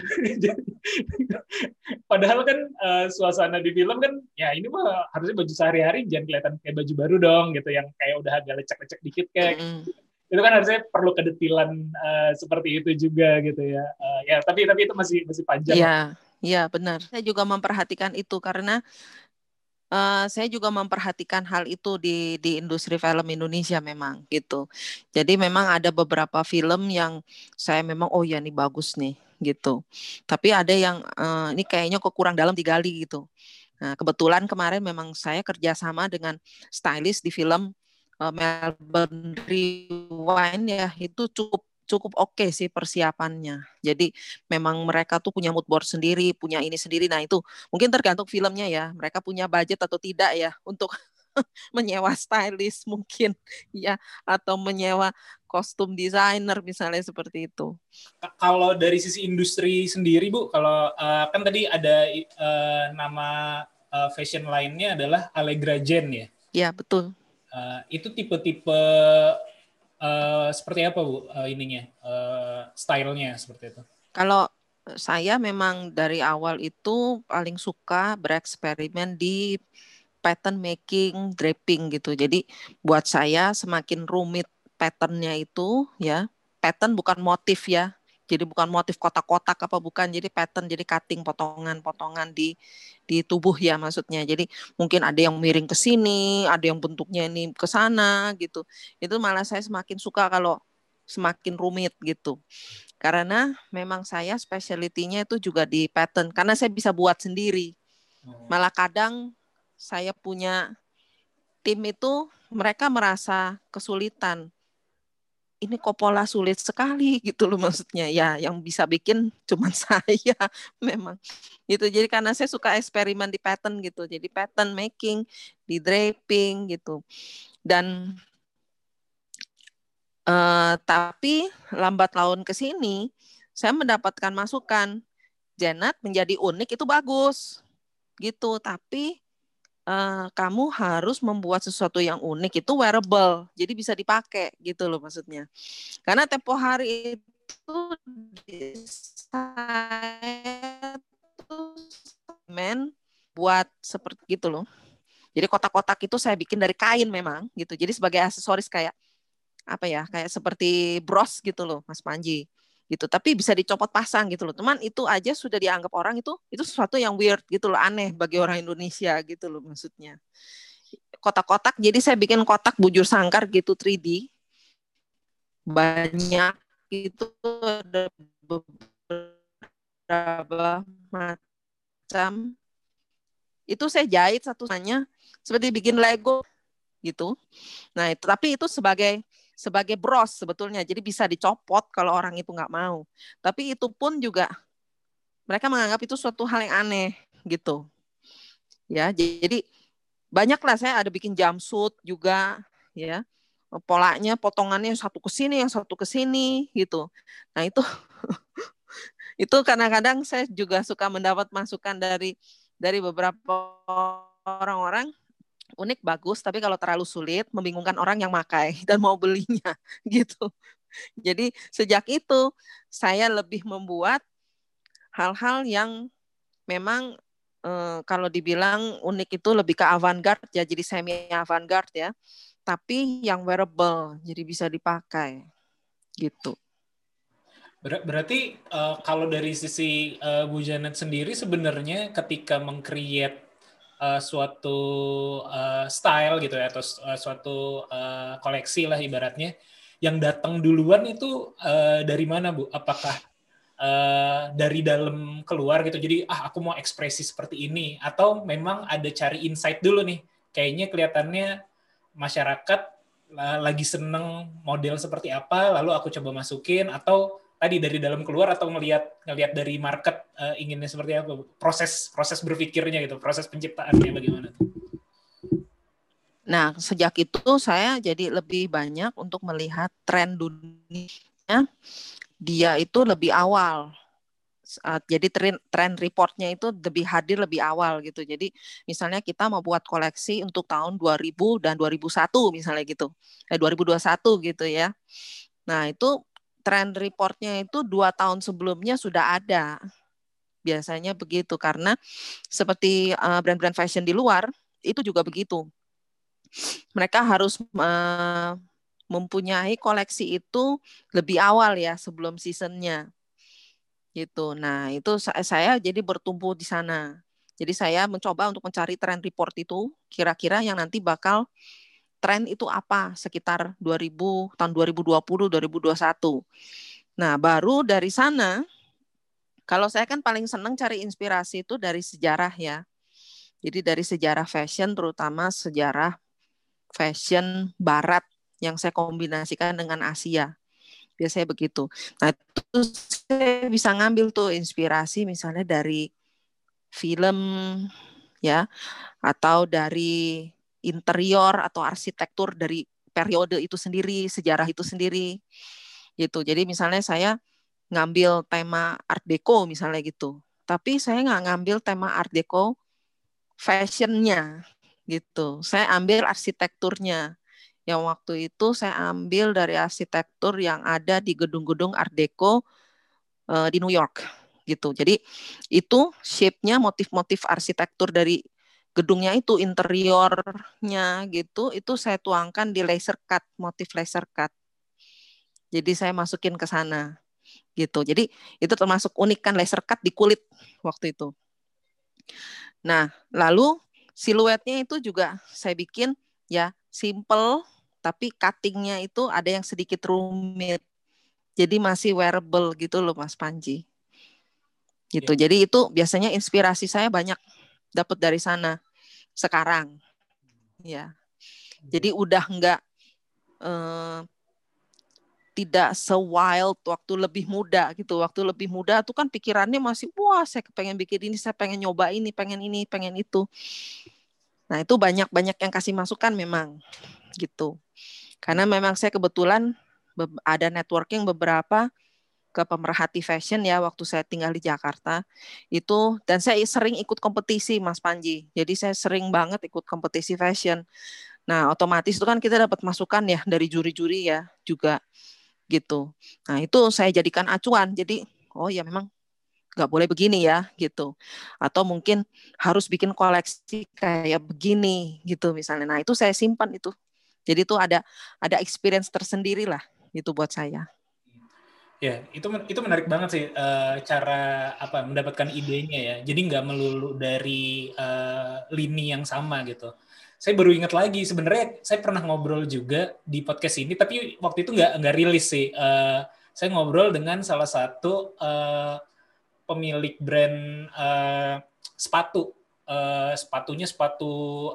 [SPEAKER 5] Padahal kan uh, suasana di film kan ya ini mah harusnya baju sehari-hari jangan kelihatan kayak baju baru dong gitu yang kayak udah agak lecek-lecek dikit kayak
[SPEAKER 6] Mm-mm.
[SPEAKER 5] itu kan harusnya perlu kedetilan uh, seperti itu juga gitu ya. Uh, ya tapi tapi itu masih masih panjang.
[SPEAKER 6] Iya, iya benar. Saya juga memperhatikan itu karena Uh, saya juga memperhatikan hal itu di di industri film Indonesia memang gitu. Jadi memang ada beberapa film yang saya memang oh ya ini bagus nih gitu. Tapi ada yang uh, ini kayaknya kok kurang dalam digali gitu. Nah, kebetulan kemarin memang saya kerjasama dengan stylist di film uh, Melbourne Rewind ya itu cukup cukup oke okay sih persiapannya. Jadi memang mereka tuh punya mood board sendiri, punya ini sendiri. Nah itu mungkin tergantung filmnya ya. Mereka punya budget atau tidak ya untuk menyewa stylist mungkin ya atau menyewa kostum designer misalnya seperti itu.
[SPEAKER 5] Kalau dari sisi industri sendiri Bu, kalau uh, kan tadi ada uh, nama uh, fashion lainnya adalah Allegra Jen ya.
[SPEAKER 6] Ya betul.
[SPEAKER 5] Uh, itu tipe-tipe Uh, seperti apa Bu uh, ininya uh, stylenya seperti itu?
[SPEAKER 6] Kalau saya memang dari awal itu paling suka bereksperimen di pattern making, draping gitu. Jadi buat saya semakin rumit patternnya itu ya, pattern bukan motif ya. Jadi bukan motif kotak-kotak apa bukan, jadi pattern, jadi cutting potongan-potongan di di tubuh ya maksudnya. Jadi mungkin ada yang miring ke sini, ada yang bentuknya ini ke sana gitu. Itu malah saya semakin suka kalau semakin rumit gitu. Karena memang saya specialty-nya itu juga di pattern karena saya bisa buat sendiri. Malah kadang saya punya tim itu mereka merasa kesulitan. Ini kok pola sulit sekali gitu loh maksudnya. Ya yang bisa bikin cuma saya memang. Gitu. Jadi karena saya suka eksperimen di pattern gitu. Jadi pattern making, di draping gitu. Dan uh, tapi lambat laun ke sini saya mendapatkan masukan Janet menjadi unik itu bagus. Gitu. Tapi Uh, kamu harus membuat sesuatu yang unik itu wearable, jadi bisa dipakai gitu loh maksudnya. Karena tempo hari itu saya tuh men buat seperti gitu loh. Jadi kotak-kotak itu saya bikin dari kain memang gitu. Jadi sebagai aksesoris kayak apa ya, kayak seperti bros gitu loh Mas Panji gitu. Tapi bisa dicopot pasang gitu loh. Teman itu aja sudah dianggap orang itu itu sesuatu yang weird gitu loh, aneh bagi orang Indonesia gitu loh maksudnya. Kotak-kotak, jadi saya bikin kotak bujur sangkar gitu tiga D. Banyak itu ada beberapa macam. Itu saya jahit satu-satunya seperti bikin Lego gitu. Nah, itu tapi itu sebagai sebagai bros sebetulnya. Jadi bisa dicopot kalau orang itu nggak mau. Tapi itu pun juga mereka menganggap itu suatu hal yang aneh gitu. Ya, jadi banyaklah saya ada bikin jumpsuit juga ya. Polanya potongannya yang satu ke sini, yang satu ke sini gitu. Nah, itu itu kadang-kadang saya juga suka mendapat masukan dari dari beberapa orang-orang, unik bagus, tapi kalau terlalu sulit membingungkan orang yang pakai dan mau belinya gitu. Jadi sejak itu saya lebih membuat hal-hal yang memang eh, kalau dibilang unik itu lebih ke avant-garde ya, jadi semi avant-garde ya, tapi yang wearable, jadi bisa dipakai gitu.
[SPEAKER 5] Ber- berarti uh, kalau dari sisi uh, Bu Janet sendiri sebenarnya ketika meng-create uh, suatu uh, style gitu ya, atau uh, suatu uh, koleksi lah ibaratnya, yang datang duluan itu uh, dari mana Bu? Apakah uh, dari dalam keluar gitu, jadi ah aku mau ekspresi seperti ini, atau memang ada cari insight dulu nih, kayaknya kelihatannya masyarakat uh, lagi seneng model seperti apa, lalu aku coba masukin, atau tadi dari dalam keluar, atau ngelihat ngelihat dari market uh, inginnya seperti apa, proses proses berpikirnya gitu, proses penciptaannya bagaimana?
[SPEAKER 6] Nah, sejak itu saya jadi lebih banyak untuk melihat tren dunia, dia itu lebih awal. Jadi tren, tren reportnya itu lebih hadir lebih awal gitu. Jadi misalnya kita mau buat koleksi untuk tahun dua ribu dan dua ribu satu misalnya gitu. Eh dua ribu dua puluh satu gitu ya. Nah, itu tren reportnya itu dua tahun sebelumnya sudah ada. Biasanya begitu, karena seperti uh, brand-brand fashion di luar, itu juga begitu. Mereka harus uh, mempunyai koleksi itu lebih awal ya, sebelum seasonnya. Gitu. Nah, itu saya jadi bertumbuh di sana. Jadi saya mencoba untuk mencari tren report itu, kira-kira yang nanti bakal tren itu apa sekitar dua ribu, tahun dua ribu dua puluh, dua ribu dua puluh satu. Nah, baru dari sana, kalau saya kan paling senang cari inspirasi itu dari sejarah ya. Jadi dari sejarah fashion, terutama sejarah fashion barat yang saya kombinasikan dengan Asia. Biasanya begitu. Nah, itu saya bisa ngambil tuh inspirasi misalnya dari film ya, atau dari interior atau arsitektur dari periode itu sendiri, sejarah itu sendiri gitu. Jadi misalnya saya ngambil tema Art Deco misalnya gitu, tapi saya nggak ngambil tema Art Deco fashionnya gitu. Saya ambil arsitekturnya. Yang waktu itu saya ambil dari arsitektur yang ada di gedung-gedung Art Deco uh, di New York gitu. Jadi itu shape-nya, motif-motif arsitektur dari gedungnya itu, interiornya gitu, itu saya tuangkan di laser cut, motif laser cut. Jadi saya masukin ke sana gitu. Jadi itu termasuk unik kan, laser cut di kulit waktu itu. Nah, lalu siluetnya itu juga saya bikin ya simple, tapi cuttingnya itu ada yang sedikit rumit. Jadi masih wearable gitu loh Mas Panji. Gitu. Ya. Jadi itu biasanya inspirasi saya banyak dapat dari sana sekarang. Ya. Jadi udah enggak eh, tidak se-wild waktu lebih muda gitu. Waktu lebih muda tuh kan pikirannya masih, wah saya pengen bikin ini, saya pengen nyoba ini, pengen ini, pengen itu. Nah itu banyak-banyak yang kasih masukan memang gitu. Karena memang saya kebetulan ada networking beberapa ke pemerhati fashion ya waktu saya tinggal di Jakarta itu, dan saya sering ikut kompetisi Mas Panji. Jadi saya sering banget ikut kompetisi fashion. Nah otomatis itu kan kita dapat masukan ya dari juri-juri ya juga gitu. Nah itu saya jadikan acuan. Jadi oh ya memang nggak boleh begini ya gitu, atau mungkin harus bikin koleksi kayak begini gitu misalnya. Nah itu saya simpan itu, jadi itu ada ada experience tersendiri lah itu buat saya.
[SPEAKER 5] Ya, itu itu menarik banget sih uh, cara apa mendapatkan idenya ya. Jadi nggak melulu dari uh, lini yang sama gitu. Saya baru ingat lagi sebenarnya saya pernah ngobrol juga di podcast ini, tapi waktu itu nggak nggak rilis sih. Uh, saya ngobrol dengan salah satu uh, pemilik brand uh, sepatu, uh, sepatunya sepatu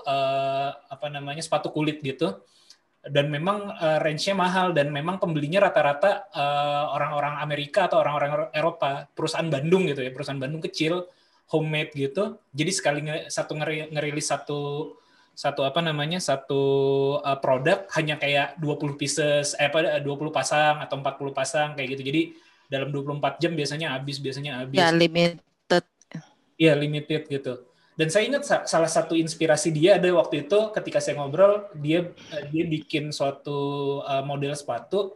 [SPEAKER 5] uh, apa namanya sepatu kulit gitu. Dan memang uh, range-nya mahal dan memang pembelinya rata-rata uh, orang-orang Amerika atau orang-orang Eropa, perusahaan Bandung gitu ya, perusahaan Bandung kecil, homemade gitu. Jadi sekali nge- satu ngeri- ngerilis satu satu apa namanya satu uh, produk hanya kayak dua puluh pieces, eh apa dua puluh pasang atau empat puluh pasang kayak gitu. Jadi dalam dua puluh empat jam biasanya habis, biasanya habis.
[SPEAKER 6] Ya limited.
[SPEAKER 5] Iya, limited gitu. Dan saya ingat salah satu inspirasi dia ada waktu itu ketika saya ngobrol, dia dia bikin suatu uh, model sepatu,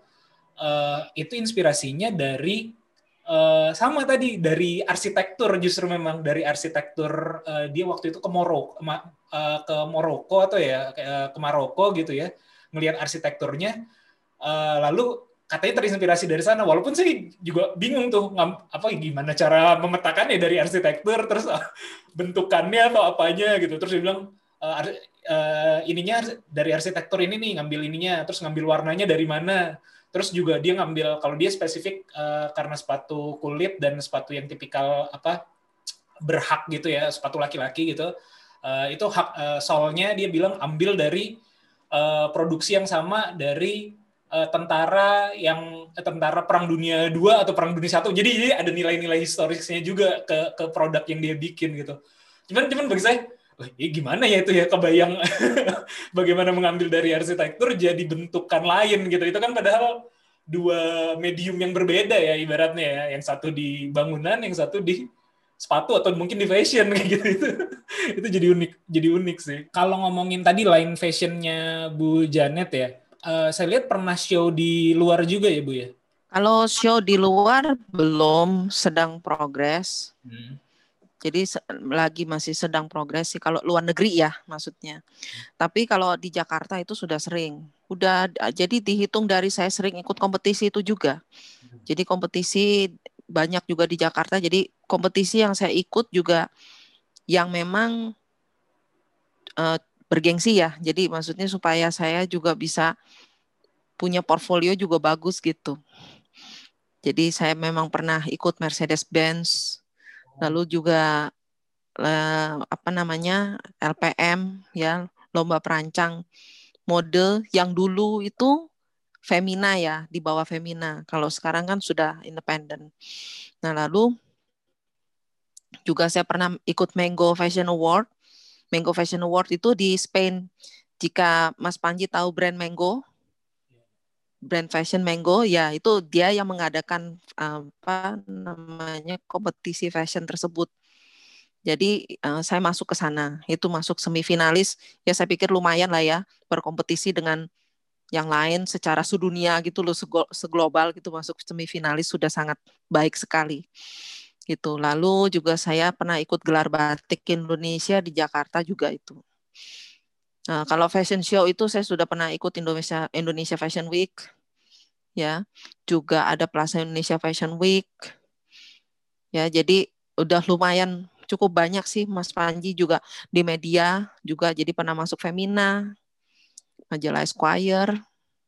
[SPEAKER 5] uh, itu inspirasinya dari uh, sama tadi dari arsitektur, justru memang dari arsitektur. Uh, dia waktu itu ke Maroko, uh, ke Maroko atau ya ke Maroko gitu ya, ngelihat arsitekturnya, uh, lalu katanya terinspirasi dari sana. Walaupun sih juga bingung tuh ngam, apa gimana cara memetakannya dari arsitektur, terus bentukannya atau apanya gitu. Terus dia bilang uh, uh, ininya dari arsitektur ini nih, ngambil ininya, terus ngambil warnanya dari mana. Terus juga dia ngambil, kalau dia spesifik uh, karena sepatu kulit dan sepatu yang tipikal apa berhak gitu ya, sepatu laki-laki gitu. Uh, itu hak uh, solnya dia bilang ambil dari uh, produksi yang sama dari tentara yang tentara Perang Dunia dua atau Perang Dunia satu. Jadi, jadi ada nilai-nilai historisnya juga ke ke produk yang dia bikin gitu. Cuman cuman bagi saya, oh, ya gimana ya itu ya, kebayang bagaimana mengambil dari arsitektur jadi bentukan lain gitu. Itu kan padahal dua medium yang berbeda ya ibaratnya ya. Yang satu di bangunan, yang satu di sepatu atau mungkin di fashion kayak gitu. Itu, itu jadi unik, jadi unik sih. Kalau ngomongin tadi line fashionnya Bu Janet ya, Uh, saya lihat pernah show di luar juga ya Bu ya?
[SPEAKER 6] Kalau show di luar belum, sedang progres. Hmm. Jadi lagi masih sedang progres sih kalau luar negeri ya maksudnya. Hmm. Tapi kalau di Jakarta itu sudah sering. Udah jadi dihitung dari saya sering ikut kompetisi itu juga. Hmm. Jadi kompetisi banyak juga di Jakarta. Jadi kompetisi yang saya ikut juga yang memang uh, bergengsi ya. Jadi maksudnya supaya saya juga bisa punya portfolio juga bagus gitu. Jadi saya memang pernah ikut Mercedes-Benz, lalu juga eh, apa namanya L P M ya, lomba perancang mode yang dulu itu Femina ya, di bawah Femina. Kalau sekarang kan sudah independen. Nah lalu juga saya pernah ikut Mango Fashion Award. Mango Fashion Award itu di Spain. Jika Mas Panji tahu brand Mango, brand fashion Mango, ya itu dia yang mengadakan apa namanya kompetisi fashion tersebut. Jadi uh, saya masuk ke sana, itu masuk semifinalis. Ya saya pikir lumayan lah ya berkompetisi dengan yang lain secara sedunia gitu loh, seglobal gitu, masuk semifinalis sudah sangat baik sekali. Gitu. Lalu juga saya pernah ikut gelar batik Indonesia di Jakarta juga itu. Nah, kalau fashion show itu saya sudah pernah ikut Indonesia Indonesia Fashion Week. Ya, juga ada Plaza Indonesia Fashion Week. Ya, jadi udah lumayan cukup banyak sih Mas Panji juga di media juga, jadi pernah masuk Femina, majalah Esquire.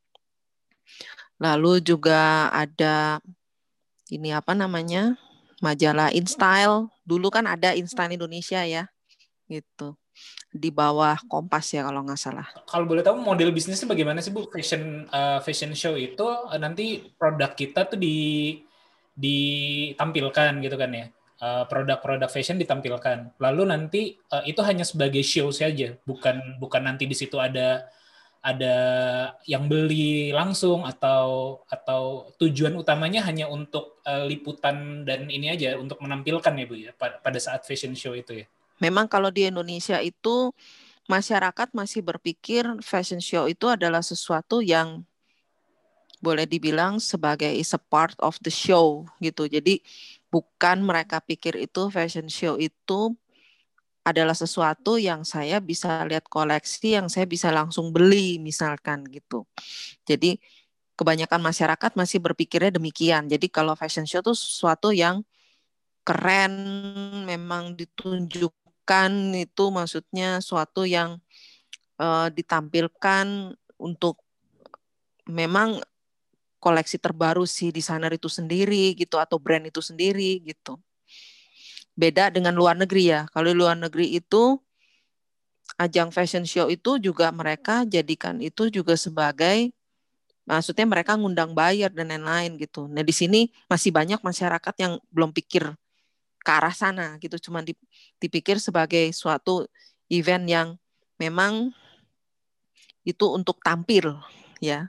[SPEAKER 6] Lalu juga ada ini apa namanya? Majalah InStyle. Dulu kan ada InStyle Indonesia ya. Gitu. Di bawah Kompas ya kalau nggak salah.
[SPEAKER 5] Kalau boleh tahu model bisnisnya bagaimana sih Bu? Fashion uh, fashion show itu uh, nanti produk kita tuh di ditampilkan gitu kan ya. Uh, produk-produk fashion ditampilkan. Lalu nanti uh, itu hanya sebagai show saja, bukan bukan nanti di situ ada ada yang beli langsung atau atau tujuan utamanya hanya untuk uh, liputan dan ini aja untuk menampilkan ya Bu ya pada, pada saat fashion show itu ya.
[SPEAKER 6] Memang kalau di Indonesia itu masyarakat masih berpikir fashion show itu adalah sesuatu yang boleh dibilang sebagai is a part of the show gitu. Jadi bukan mereka pikir itu fashion show itu adalah sesuatu yang saya bisa lihat koleksi yang saya bisa langsung beli misalkan gitu. Jadi kebanyakan masyarakat masih berpikirnya demikian. Jadi kalau fashion show itu sesuatu yang keren, memang ditunjukkan itu maksudnya suatu yang uh, ditampilkan untuk memang koleksi terbaru si desainer itu sendiri gitu atau brand itu sendiri gitu. Beda dengan luar negeri ya. Kalau di luar negeri itu ajang fashion show itu juga mereka jadikan itu juga sebagai maksudnya mereka ngundang buyer dan lain-lain gitu. Nah di sini masih banyak masyarakat yang belum pikir ke arah sana gitu, cuma dipikir sebagai suatu event yang memang itu untuk tampil ya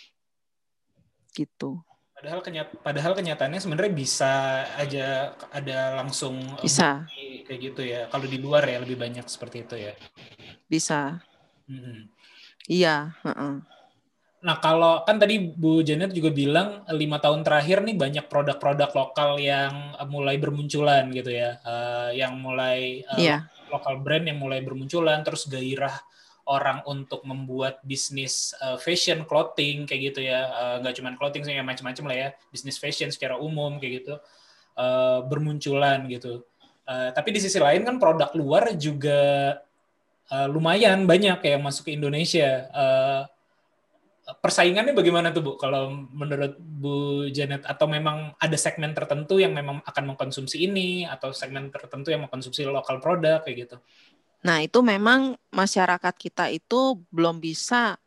[SPEAKER 6] gitu.
[SPEAKER 5] Padahal kenyat padahal kenyataannya sebenarnya bisa aja ada langsung
[SPEAKER 6] bisa
[SPEAKER 5] kayak gitu ya. Kalau di luar ya lebih banyak seperti itu ya.
[SPEAKER 6] Bisa.
[SPEAKER 5] Hmm.
[SPEAKER 6] Iya. Uh-uh.
[SPEAKER 5] Nah kalau kan tadi Bu Janet juga bilang lima tahun terakhir nih banyak produk-produk lokal yang mulai bermunculan gitu ya, uh, yang mulai uh,
[SPEAKER 6] yeah.
[SPEAKER 5] lokal brand yang mulai bermunculan, terus gairah orang untuk membuat bisnis uh, fashion clothing kayak gitu ya, uh, nggak cuma clothing sih, macam-macam lah ya, bisnis fashion secara umum kayak gitu uh, bermunculan gitu. Uh, tapi di sisi lain kan produk luar juga uh, lumayan banyak yang masuk ke Indonesia. Uh, persaingannya bagaimana tuh Bu? Kalau menurut Bu Janet, atau memang ada segmen tertentu yang memang akan mengkonsumsi ini, atau segmen tertentu yang mengkonsumsi lokal produk kayak gitu?
[SPEAKER 6] Nah, itu memang masyarakat kita itu belum bisa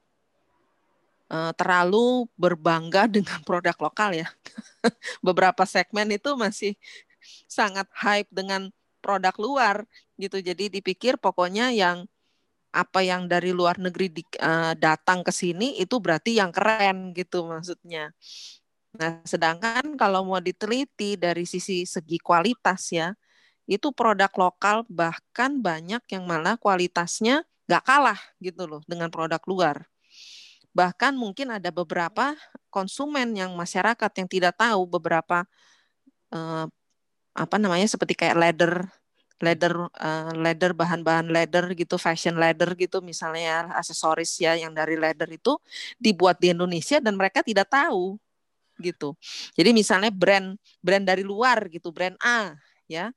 [SPEAKER 6] uh, terlalu berbangga dengan produk lokal ya. Beberapa segmen itu masih sangat hype dengan produk luar gitu. Jadi dipikir pokoknya yang apa yang dari luar negeri di, uh, datang ke sini itu berarti yang keren gitu maksudnya. Nah, sedangkan kalau mau diteliti dari sisi segi kualitas ya, itu produk lokal bahkan banyak yang malah kualitasnya nggak kalah gitu loh dengan produk luar. Bahkan mungkin ada beberapa konsumen yang masyarakat yang tidak tahu beberapa eh, apa namanya seperti kayak leather, leather, uh, leather bahan-bahan leather gitu, fashion leather gitu misalnya aksesoris ya yang dari leather itu dibuat di Indonesia dan mereka tidak tahu gitu. Jadi misalnya brand brand dari luar gitu, brand A ya.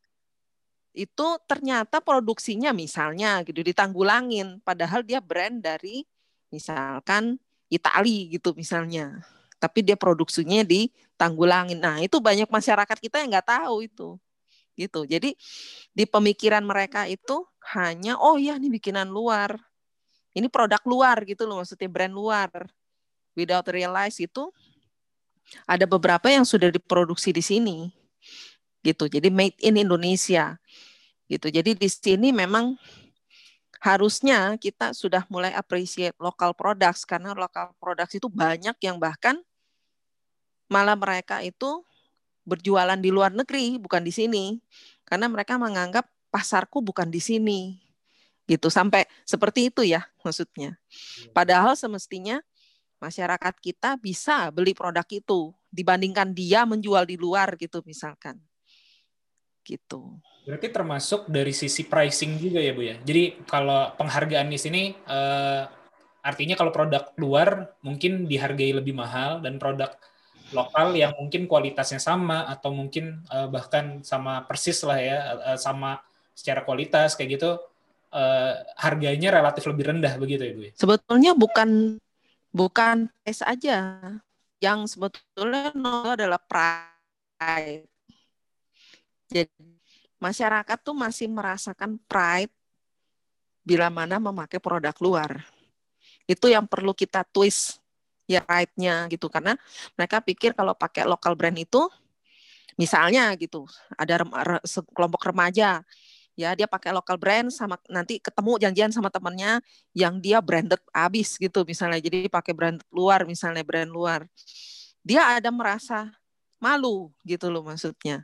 [SPEAKER 6] Itu ternyata produksinya misalnya gitu ditanggulangin padahal dia brand dari misalkan Itali gitu misalnya tapi dia produksinya ditanggulangin. Nah itu banyak masyarakat kita yang nggak tahu itu gitu. Jadi di pemikiran mereka itu hanya oh ya ini bikinan luar, ini produk luar gitu loh maksudnya brand luar, without realize itu ada beberapa yang sudah diproduksi di sini gitu. Jadi made in Indonesia gitu. Jadi di sini memang harusnya kita sudah mulai appreciate local products karena local products itu banyak yang bahkan malah mereka itu berjualan di luar negeri bukan di sini karena mereka menganggap pasarku bukan di sini gitu sampai seperti itu ya maksudnya. Padahal semestinya masyarakat kita bisa beli produk itu dibandingkan dia menjual di luar gitu misalkan. Gitu.
[SPEAKER 5] Berarti termasuk dari sisi pricing juga ya Bu ya. Jadi kalau penghargaan di sini eh, artinya kalau produk luar mungkin dihargai lebih mahal dan produk lokal yang mungkin kualitasnya sama atau mungkin uh, bahkan sama persis lah ya uh, sama secara kualitas kayak gitu uh, harganya relatif lebih rendah begitu ya Bu?
[SPEAKER 6] Sebetulnya bukan bukan price aja yang sebetulnya no adalah pride. Jadi masyarakat tuh masih merasakan pride bila mana memakai produk luar. Itu yang perlu kita twist ya right-nya gitu karena mereka pikir kalau pakai lokal brand itu misalnya gitu ada rem- re- kelompok remaja ya dia pakai lokal brand sama nanti ketemu janjian sama temannya yang dia branded abis gitu misalnya jadi pakai brand luar misalnya brand luar dia ada merasa malu gitu loh maksudnya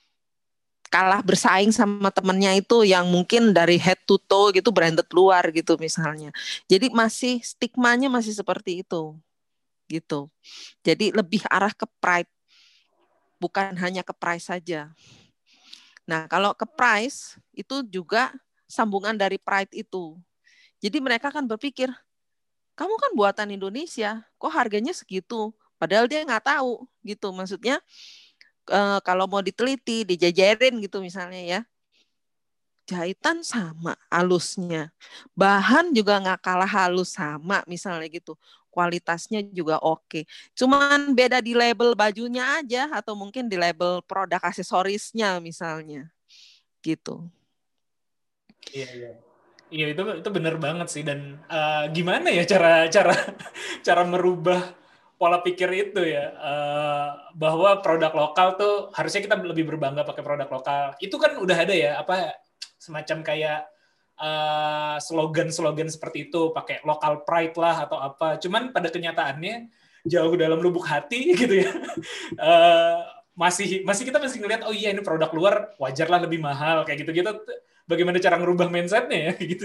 [SPEAKER 6] kalah bersaing sama temennya itu yang mungkin dari head to toe gitu branded luar gitu misalnya jadi masih stigmanya masih seperti itu gitu. Jadi lebih arah ke pride, bukan hanya ke price saja. Nah, kalau ke price itu juga sambungan dari pride itu. Jadi mereka kan berpikir, kamu kan buatan Indonesia, kok harganya segitu? Padahal dia nggak tahu gitu. Maksudnya eh, kalau mau diteliti, dijajarin gitu misalnya ya, jahitan sama halusnya, bahan juga nggak kalah halus sama misalnya gitu, kualitasnya juga oke, cuman beda di label bajunya aja atau mungkin di label produk aksesorisnya misalnya gitu.
[SPEAKER 5] Iya, iya. Iya, itu itu benar banget sih. Dan eh, gimana ya cara cara cara merubah pola pikir itu ya, eh, bahwa produk lokal tuh harusnya kita lebih berbangga pakai produk lokal. Itu kan udah ada ya, apa semacam kayak eh, slogan-slogan seperti itu, pakai local pride lah atau apa. Cuman pada kenyataannya jauh dalam lubuk hati gitu ya. Eh, masih masih kita masih ngelihat, oh iya ini produk luar wajarlah lebih mahal kayak gitu-gitu. Bagaimana cara ngerubah mindset-nya ya gitu.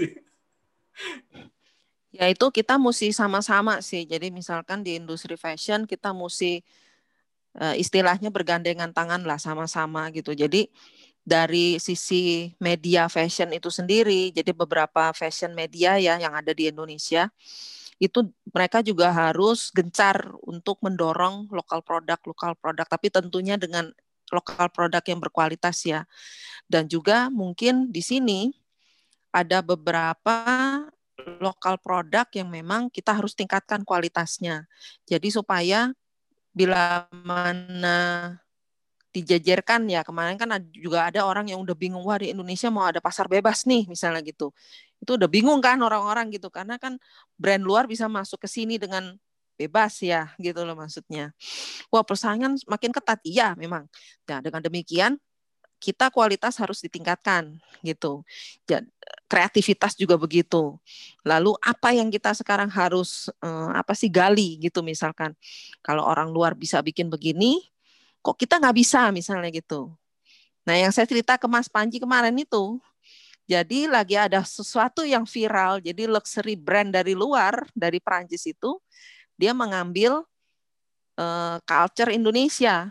[SPEAKER 6] Ya itu kita mesti sama-sama sih. Jadi misalkan di industri fashion kita mesti uh, istilahnya bergandengan tangan lah sama-sama gitu. Jadi dari sisi media fashion itu sendiri, jadi beberapa fashion media ya yang ada di Indonesia, itu mereka juga harus gencar untuk mendorong lokal produk, lokal produk, tapi tentunya dengan lokal produk yang berkualitas ya. Dan juga mungkin di sini ada beberapa lokal produk yang memang kita harus tingkatkan kualitasnya. Jadi supaya bila mana dijajarkan ya, kemarin kan juga ada orang yang udah bingung, wah di Indonesia mau ada pasar bebas nih misalnya gitu. Itu udah bingung kan orang-orang gitu, karena kan brand luar bisa masuk ke sini dengan bebas ya gitu loh maksudnya. Wah persaingan makin ketat, iya memang. Nah dengan demikian kita kualitas harus ditingkatkan gitu. Dan kreativitas juga begitu. Lalu apa yang kita sekarang harus eh, apa sih gali gitu misalkan. Kalau orang luar bisa bikin begini, kok kita nggak bisa misalnya gitu. Nah yang saya cerita ke Mas Panji kemarin itu, jadi lagi ada sesuatu yang viral, jadi luxury brand dari luar, dari Perancis itu, dia mengambil uh, culture Indonesia.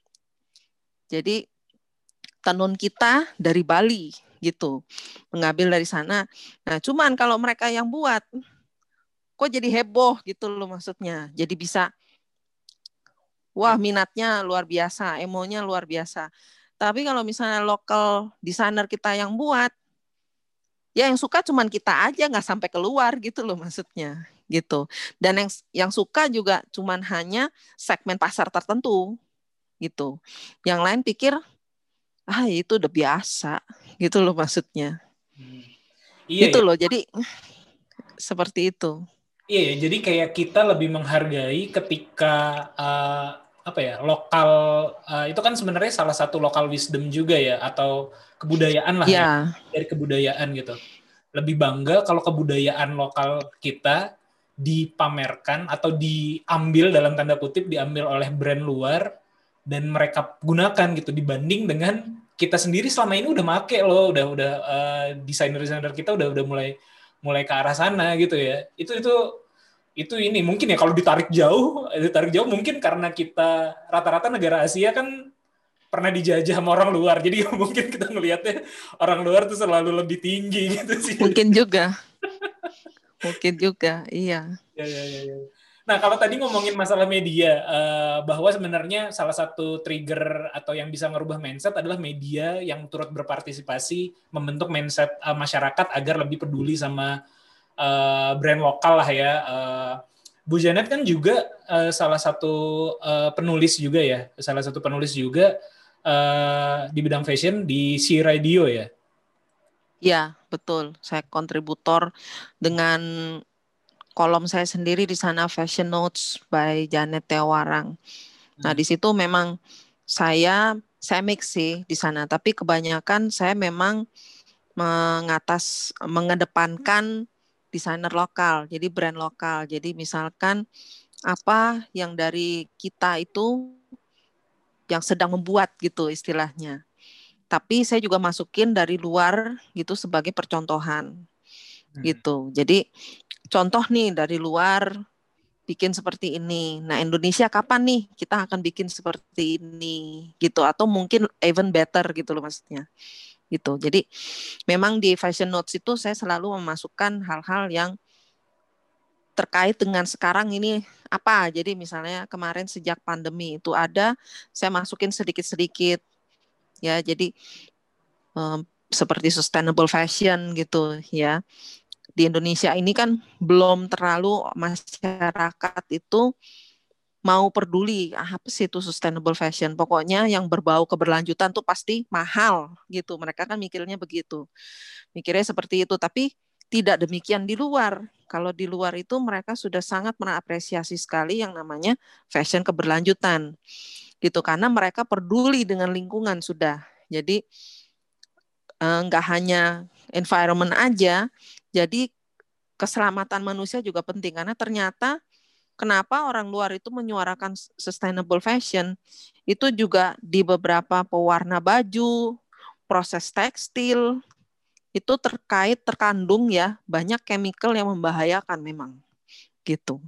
[SPEAKER 6] Jadi tenun kita dari Bali gitu, mengambil dari sana. Nah cuman kalau mereka yang buat, kok jadi heboh gitu loh maksudnya. Jadi bisa wah minatnya luar biasa, emonya luar biasa. Tapi kalau misalnya lokal desainer kita yang buat, ya yang suka cuman kita aja, nggak sampai keluar gitu loh maksudnya. Gitu. Dan yang yang suka juga cuman hanya segmen pasar tertentu gitu. Yang lain pikir, ah itu udah biasa gitu loh maksudnya.
[SPEAKER 5] Hmm. Iya
[SPEAKER 6] Gitu
[SPEAKER 5] ya.
[SPEAKER 6] loh, jadi seperti itu.
[SPEAKER 5] Iya ya, jadi kayak kita lebih menghargai ketika uh, apa ya lokal uh, itu kan sebenarnya salah satu lokal wisdom juga ya, atau kebudayaan lah ya,
[SPEAKER 6] Ya,
[SPEAKER 5] dari kebudayaan gitu. Lebih bangga kalau kebudayaan lokal kita dipamerkan atau diambil dalam tanda kutip diambil oleh brand luar dan mereka gunakan gitu, dibanding dengan kita sendiri selama ini udah make loh, udah udah uh, desainer-desainer kita udah udah mulai mulai ke arah sana gitu ya. Itu itu itu ini mungkin ya kalau ditarik jauh, ditarik jauh mungkin karena kita rata-rata negara Asia kan pernah dijajah sama orang luar. Jadi mungkin kita ngelihatnya orang luar tuh selalu lebih tinggi gitu sih.
[SPEAKER 6] mungkin juga. Mungkin juga, iya.
[SPEAKER 5] Ya, ya, ya, ya. Nah, kalau tadi ngomongin masalah media, uh, bahwa sebenarnya salah satu trigger atau yang bisa ngerubah mindset adalah media yang turut berpartisipasi membentuk mindset uh, masyarakat agar lebih peduli sama uh, brand lokal lah ya. Uh, Bu Janet kan juga uh, salah satu uh, penulis juga ya, salah satu penulis juga uh, di bidang fashion di C Radio ya.
[SPEAKER 6] Ya, betul. Saya kontributor dengan kolom saya sendiri di sana, Fashion Notes by Janet Tewarang. Nah, di situ memang saya saya mix sih di sana, tapi kebanyakan saya memang mengatas mengedepankan desainer lokal, jadi brand lokal. Jadi misalkan apa yang dari kita itu yang sedang membuat gitu istilahnya. Tapi saya juga masukin dari luar gitu sebagai percontohan. Gitu. Jadi contoh nih dari luar bikin seperti ini. Nah, Indonesia kapan nih kita akan bikin seperti ini gitu, atau mungkin even better gitu loh maksudnya. Gitu. Jadi memang di Fashion Notes itu saya selalu memasukkan hal-hal yang terkait dengan sekarang ini apa. Jadi misalnya kemarin sejak pandemi itu ada, saya masukin sedikit-sedikit ya. Jadi um, seperti sustainable fashion gitu ya. Di Indonesia ini kan belum terlalu masyarakat itu mau peduli apa sih itu sustainable fashion. Pokoknya yang berbau keberlanjutan tuh pasti mahal gitu. Mereka kan mikirnya begitu. Mikirnya seperti itu, tapi tidak demikian di luar. Kalau di luar itu mereka sudah sangat mengapresiasi sekali yang namanya fashion keberlanjutan. Gitu, karena mereka peduli dengan lingkungan sudah. Jadi nggak eh, hanya environment aja, jadi keselamatan manusia juga penting, karena ternyata kenapa orang luar itu menyuarakan sustainable fashion itu juga di beberapa pewarna baju, proses tekstil itu terkait terkandung ya banyak chemical yang membahayakan memang gitu.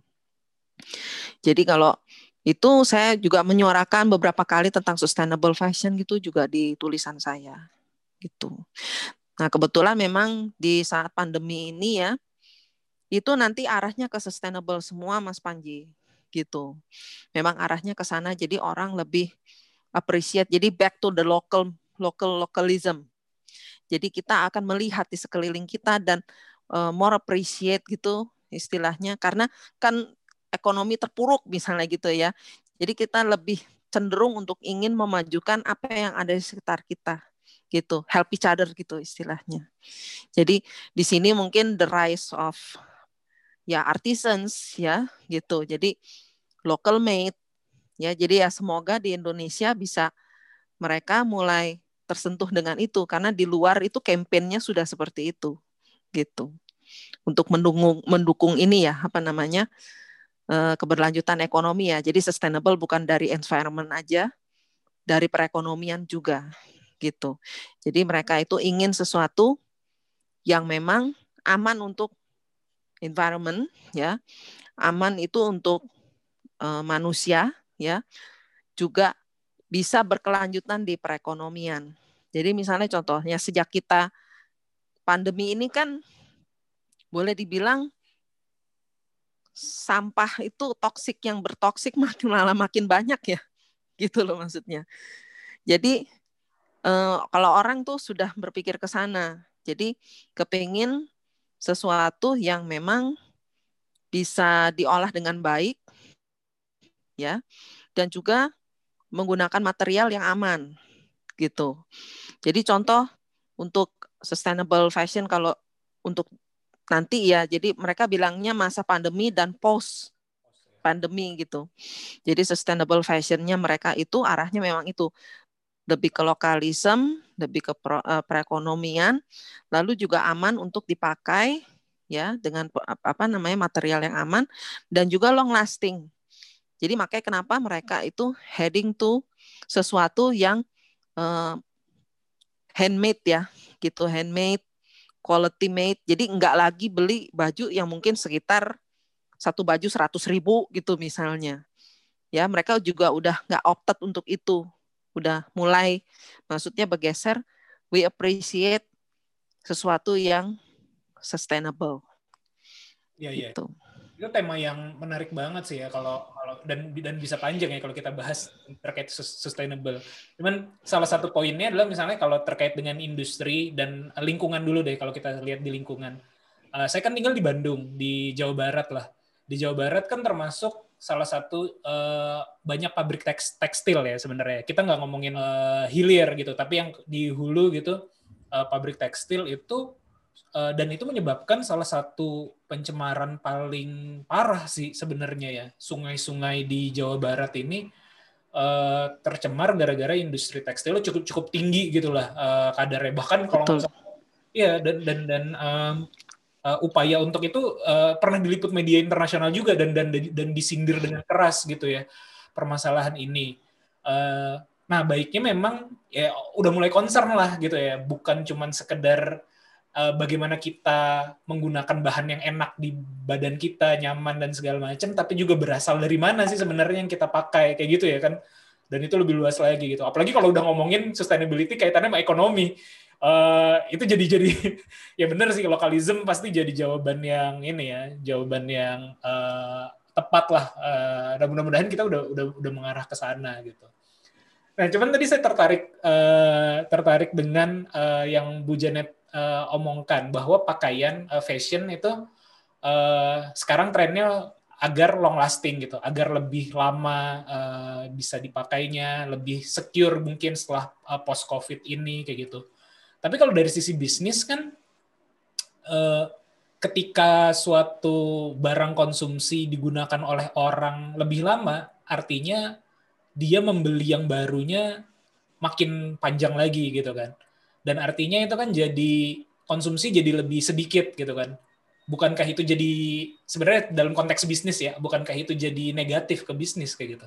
[SPEAKER 6] Jadi kalau itu saya juga menyuarakan beberapa kali tentang sustainable fashion gitu juga di tulisan saya gitu. Nah, kebetulan memang di saat pandemi ini ya, itu nanti arahnya ke sustainable semua, Mas Panji, gitu. Memang arahnya ke sana, jadi orang lebih appreciate, jadi back to the local, local localism. Jadi kita akan melihat di sekeliling kita dan uh, more appreciate gitu istilahnya, karena kan ekonomi terpuruk misalnya gitu ya. Jadi kita lebih cenderung untuk ingin memajukan apa yang ada di sekitar kita. Gitu, help each other gitu istilahnya. Jadi di sini mungkin the rise of ya artisans ya gitu. Jadi local made ya. Jadi ya semoga di Indonesia bisa mereka mulai tersentuh dengan itu, karena di luar itu kampanyenya sudah seperti itu gitu. Untuk mendukung mendukung ini ya apa namanya keberlanjutan ekonomi ya. Jadi sustainable bukan dari environment aja, dari perekonomian juga. Gitu. Jadi mereka itu ingin sesuatu yang memang aman untuk environment ya, aman itu untuk uh, manusia ya, juga bisa berkelanjutan di perekonomian. Jadi misalnya contohnya sejak kita pandemi ini kan boleh dibilang sampah itu toksik, yang bertoksik makin malah makin banyak ya, gitu loh maksudnya. Jadi Uh, kalau orang tuh sudah berpikir ke sana, jadi kepingin sesuatu yang memang bisa diolah dengan baik, ya, dan juga menggunakan material yang aman, gitu. Jadi contoh untuk sustainable fashion kalau untuk nanti ya, jadi mereka bilangnya masa pandemi dan post pandemi gitu. Jadi sustainable fashionnya mereka itu arahnya memang itu. Lebih ke lokalisme, lebih ke pro, uh, perekonomian, lalu juga aman untuk dipakai ya dengan apa namanya material yang aman dan juga long lasting. Jadi makanya kenapa mereka itu heading to sesuatu yang uh, handmade ya, gitu handmade, quality made. Jadi nggak lagi beli baju yang mungkin sekitar satu baju seratus ribu gitu misalnya. Ya mereka juga udah nggak opted untuk itu. Udah mulai maksudnya bergeser, we appreciate sesuatu yang sustainable.
[SPEAKER 5] Iya, iya.
[SPEAKER 6] Gitu.
[SPEAKER 5] Itu tema yang menarik banget sih ya kalau kalau dan dan bisa panjang ya kalau kita bahas terkait sustainable. Cuman salah satu poinnya adalah misalnya kalau terkait dengan industri dan lingkungan dulu deh, kalau kita lihat di lingkungan. Uh, saya kan tinggal di Bandung, di Jawa Barat lah. Di Jawa Barat kan termasuk salah satu uh, banyak pabrik teks, tekstil ya sebenarnya. Kita nggak ngomongin uh, hilir gitu, tapi yang di hulu gitu uh, pabrik tekstil itu uh, dan itu menyebabkan salah satu pencemaran paling parah sih sebenarnya ya. Sungai-sungai di Jawa Barat ini uh, tercemar gara-gara industri tekstil cukup cukup tinggi gitulah uh, kadarnya. Bahkan kalau nggak salah, iya dan dan dan um, Uh, upaya untuk itu uh, pernah diliput media internasional juga dan dan dan disindir dengan keras gitu ya permasalahan ini. Uh, nah baiknya memang ya udah mulai concern lah gitu ya, bukan cuman sekedar uh, bagaimana kita menggunakan bahan yang enak di badan kita, nyaman dan segala macam, tapi juga berasal dari mana sih sebenarnya yang kita pakai, kayak gitu ya kan. Dan itu lebih luas lagi gitu. Apalagi kalau udah ngomongin sustainability kaitannya sama ekonomi. Uh, itu jadi jadi ya benar sih, lokalisme pasti jadi jawaban yang ini ya, jawaban yang uh, tepat lah. Uh, dan mudah-mudahan kita udah udah udah mengarah ke sana gitu. Nah, cuman tadi saya tertarik uh, tertarik dengan uh, yang Bu Janet uh, omongkan bahwa pakaian uh, fashion itu uh, sekarang trennya agar long lasting gitu, agar lebih lama uh, bisa dipakainya, lebih secure mungkin setelah uh, post COVID ini kayak gitu. Tapi kalau dari sisi bisnis kan, uh, ketika suatu barang konsumsi digunakan oleh orang lebih lama, artinya dia membeli yang barunya makin panjang lagi gitu kan. Dan artinya itu kan jadi konsumsi jadi lebih sedikit gitu kan. Bukankah itu jadi sebenarnya dalam konteks bisnis ya, bukankah itu jadi negatif ke bisnis kayak gitu?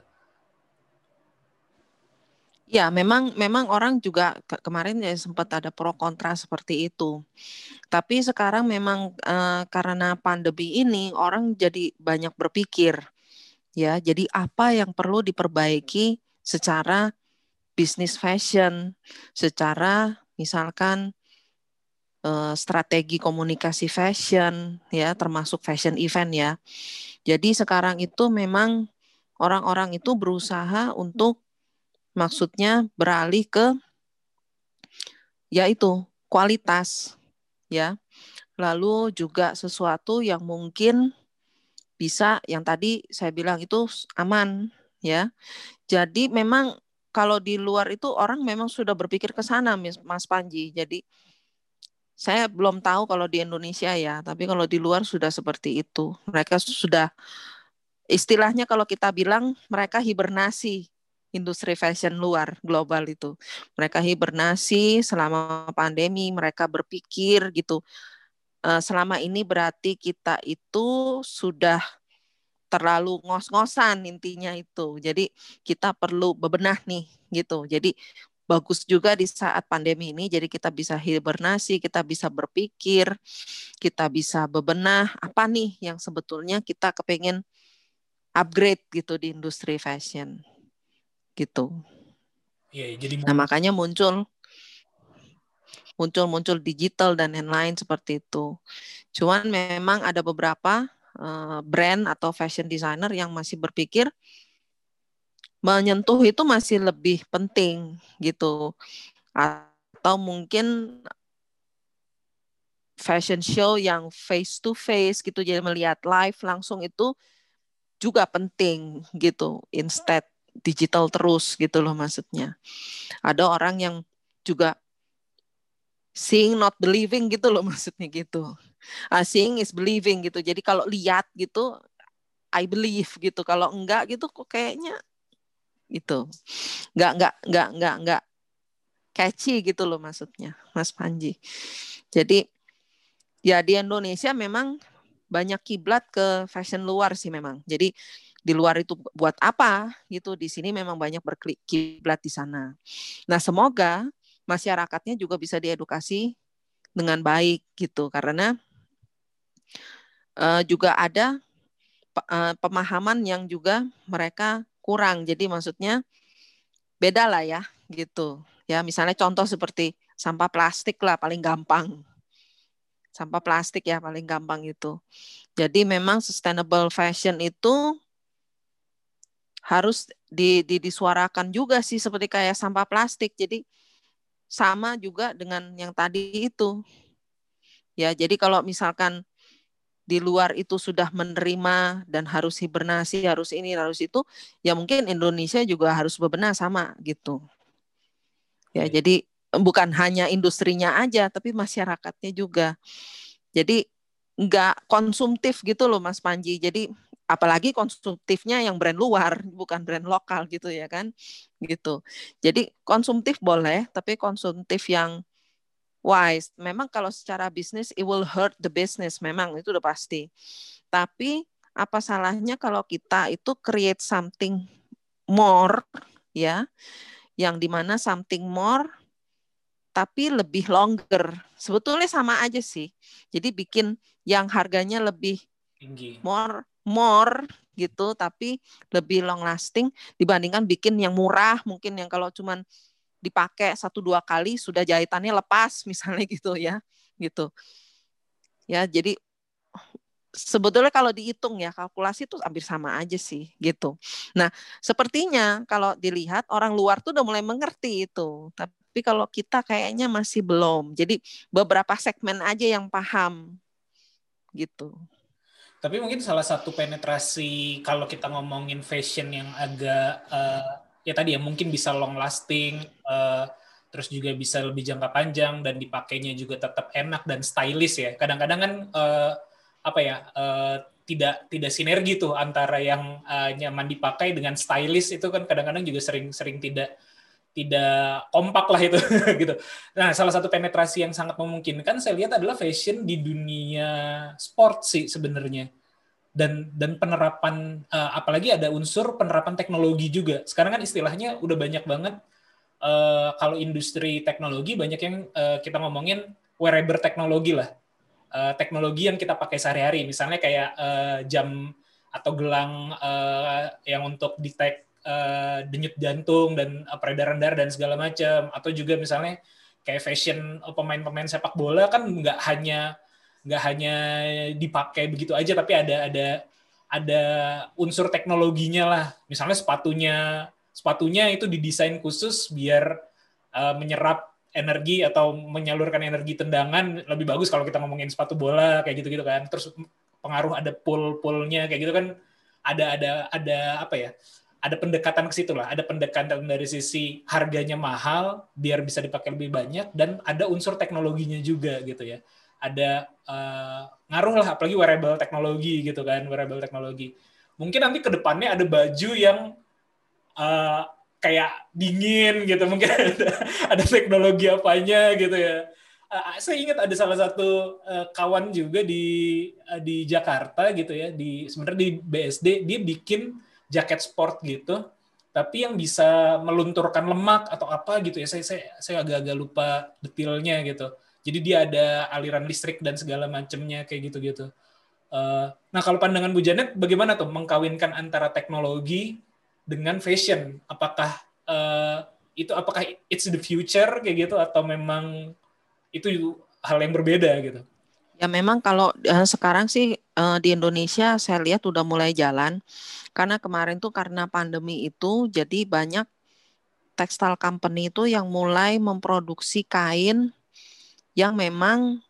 [SPEAKER 6] Ya, memang memang orang juga ke- kemarin ya sempat ada pro kontra seperti itu. Tapi sekarang memang eh, karena pandemi ini orang jadi banyak berpikir ya. Jadi apa yang perlu diperbaiki secara bisnis fashion, secara misalkan eh, strategi komunikasi fashion ya, termasuk fashion event ya. Jadi sekarang itu memang orang-orang itu berusaha untuk maksudnya beralih ke yaitu kualitas ya. Lalu juga sesuatu yang mungkin bisa yang tadi saya bilang itu aman ya. Jadi memang kalau di luar itu orang memang sudah berpikir ke sana Mas Panji. Jadi saya belum tahu kalau di Indonesia ya, tapi kalau di luar sudah seperti itu. Mereka sudah istilahnya kalau kita bilang mereka hibernasi industri fashion luar global itu. Mereka hibernasi selama pandemi, mereka berpikir gitu. Selama ini berarti kita itu sudah terlalu ngos-ngosan intinya itu. Jadi kita perlu bebenah nih gitu. Jadi bagus juga di saat pandemi ini, jadi kita bisa hibernasi, kita bisa berpikir, kita bisa bebenah apa nih yang sebetulnya kita kepengen upgrade gitu di industri fashion gitu.
[SPEAKER 5] Iya, jadi
[SPEAKER 6] nah makanya muncul muncul-muncul digital dan lain-lain seperti itu. Cuman memang ada beberapa uh, brand atau fashion designer yang masih berpikir menyentuh itu masih lebih penting gitu. Atau mungkin fashion show yang face to face gitu, jadi melihat live langsung itu juga penting gitu, instead digital terus gitu loh maksudnya. Ada orang yang juga seeing not believing gitu loh maksudnya gitu. Uh, seeing is believing gitu. Jadi kalau lihat gitu I believe gitu. Kalau enggak gitu kok kayaknya gitu. Enggak enggak enggak enggak enggak catchy gitu loh maksudnya, Mas Panji. Jadi ya di Indonesia memang banyak kiblat ke fashion luar sih memang. Jadi di luar itu buat apa gitu, di sini memang banyak berkiblat di sana. Nah, semoga masyarakatnya juga bisa diedukasi dengan baik gitu, karena uh, juga ada uh, pemahaman yang juga mereka kurang. Jadi maksudnya beda lah ya gitu. Ya, misalnya contoh seperti sampah plastik lah paling gampang. Sampah plastik ya paling gampang itu. Jadi memang sustainable fashion itu harus di, di, disuarakan juga sih seperti kayak sampah plastik. Jadi sama juga dengan yang tadi itu. Ya, jadi kalau misalkan di luar itu sudah menerima dan harus hibernasi, harus ini, harus itu, ya mungkin Indonesia juga harus bebenah sama gitu. Ya, yeah. Jadi bukan hanya industrinya aja, tapi masyarakatnya juga. Jadi nggak konsumtif gitu loh Mas Panji. Jadi apalagi konsumtifnya yang brand luar, bukan brand lokal gitu ya kan. Gitu. Jadi konsumtif boleh, tapi konsumtif yang wise. Memang kalau secara bisnis it will hurt the business, memang itu udah pasti. Tapi apa salahnya kalau kita itu create something more ya, yang dimana something more tapi lebih longer. Sebetulnya sama aja sih. Jadi bikin yang harganya lebih
[SPEAKER 5] Tinggi.
[SPEAKER 6] more more gitu, tapi lebih long lasting dibandingkan bikin yang murah, mungkin yang kalau cuman dipakai satu dua kali sudah jahitannya lepas misalnya gitu ya, gitu. Ya, jadi sebetulnya kalau dihitung ya kalkulasi itu hampir sama aja sih gitu. Nah, sepertinya kalau dilihat orang luar tuh udah mulai mengerti itu, tapi kalau kita kayaknya masih belum. Jadi beberapa segmen aja yang paham gitu.
[SPEAKER 5] Tapi mungkin salah satu penetrasi kalau kita ngomongin fashion yang agak uh, ya tadi ya mungkin bisa long lasting, uh, terus juga bisa lebih jangka panjang dan dipakainya juga tetap enak dan stylish ya. Kadang-kadang kan uh, apa ya uh, tidak tidak sinergi tuh antara yang uh, nyaman dipakai dengan stylish, itu kan kadang-kadang juga sering-sering tidak tidak kompak lah itu gitu. Nah, salah satu penetrasi yang sangat memungkinkan saya lihat adalah fashion di dunia sport sih sebenarnya. Dan dan penerapan uh, apalagi ada unsur penerapan teknologi juga. Sekarang kan istilahnya udah banyak banget uh, kalau industri teknologi banyak yang uh, kita ngomongin wearable teknologi lah. Uh, teknologi yang kita pakai sehari-hari, misalnya kayak uh, jam atau gelang uh, yang untuk detect uh, denyut jantung dan uh, peredaran darah dan segala macam, atau juga misalnya kayak fashion uh, pemain-pemain sepak bola kan nggak hanya nggak hanya dipakai begitu aja, tapi ada ada ada unsur teknologinya lah, misalnya sepatunya sepatunya itu didesain khusus biar uh, menyerap energi atau menyalurkan energi tendangan lebih bagus kalau kita ngomongin sepatu bola kayak gitu-gitu kan. Terus pengaruh ada pull-pullnya kayak gitu kan, ada ada ada apa ya? Ada pendekatan ke situ lah, ada pendekatan dari sisi harganya mahal biar bisa dipakai lebih banyak, dan ada unsur teknologinya juga gitu ya. Ada uh, ngaruh lah, apalagi wearable teknologi gitu kan, wearable teknologi. Mungkin nanti ke depannya ada baju yang uh, kayak dingin gitu, mungkin ada, ada teknologi apanya gitu ya. Uh, saya ingat ada salah satu uh, kawan juga di uh, di Jakarta gitu ya, di sebenarnya di B S D, dia bikin jaket sport gitu, tapi yang bisa melunturkan lemak atau apa gitu ya. Saya saya saya agak-agak lupa detailnya gitu. Jadi dia ada aliran listrik dan segala macamnya kayak gitu-gitu. Uh, nah, kalau pandangan Bu Janet bagaimana tuh mengkawinkan antara teknologi dengan fashion? Apakah uh, itu apakah it's the future kayak gitu, atau memang itu hal yang berbeda gitu?
[SPEAKER 6] Ya memang kalau uh, sekarang sih uh, di Indonesia saya lihat udah mulai jalan, karena kemarin tuh karena pandemi itu jadi banyak textile company itu yang mulai memproduksi kain yang memang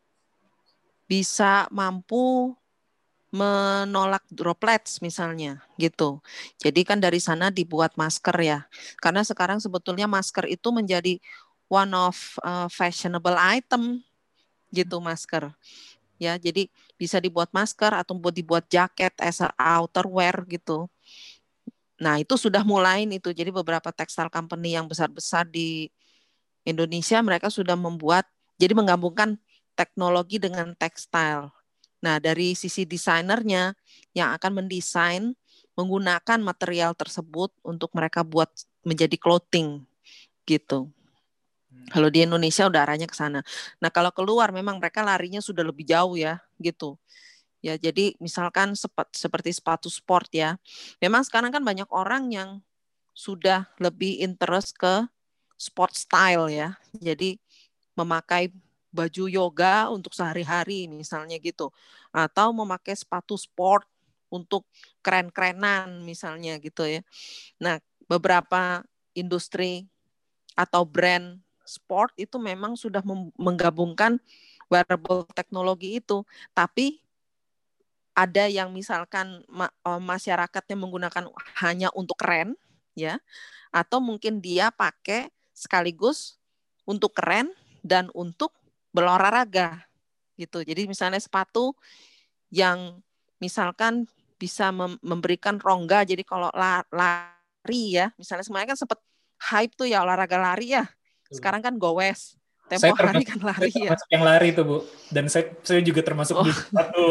[SPEAKER 6] bisa mampu menolak droplets misalnya gitu. Jadi kan dari sana dibuat masker ya. Karena sekarang sebetulnya masker itu menjadi one of uh, fashionable item gitu, masker. Ya, jadi bisa dibuat masker atau buat dibuat jaket as a outerwear gitu. Nah, itu sudah mulai itu. Jadi beberapa textile company yang besar-besar di Indonesia mereka sudah membuat, jadi menggabungkan teknologi dengan tekstil. Nah, dari sisi desainernya yang akan mendesain menggunakan material tersebut untuk mereka buat menjadi clothing gitu. Kalau di Indonesia udah arahnya ke sana. Nah, kalau keluar memang mereka larinya sudah lebih jauh ya, gitu. Ya, jadi misalkan sepat, seperti sepatu sport ya. Memang sekarang kan banyak orang yang sudah lebih interest ke sport style ya. Jadi memakai baju yoga untuk sehari-hari misalnya gitu, atau memakai sepatu sport untuk keren-kerenan misalnya gitu ya. Nah, beberapa industri atau brand sport itu memang sudah menggabungkan wearable teknologi itu, tapi ada yang misalkan masyarakatnya menggunakan hanya untuk keren ya, atau mungkin dia pakai sekaligus untuk keren dan untuk berolahraga gitu. Jadi misalnya sepatu yang misalkan bisa mem- memberikan rongga, jadi kalau lari ya, misalnya semuanya kan sempat hype tuh ya olahraga lari ya. Sekarang kan goes, tempo
[SPEAKER 5] Saya
[SPEAKER 6] hari kan lari
[SPEAKER 5] saya
[SPEAKER 6] ya.
[SPEAKER 5] Termasuk yang lari tuh Bu, dan saya saya juga termasuk oh. di satu.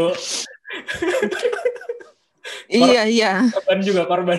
[SPEAKER 6] Iya iya.
[SPEAKER 5] Korban juga korban.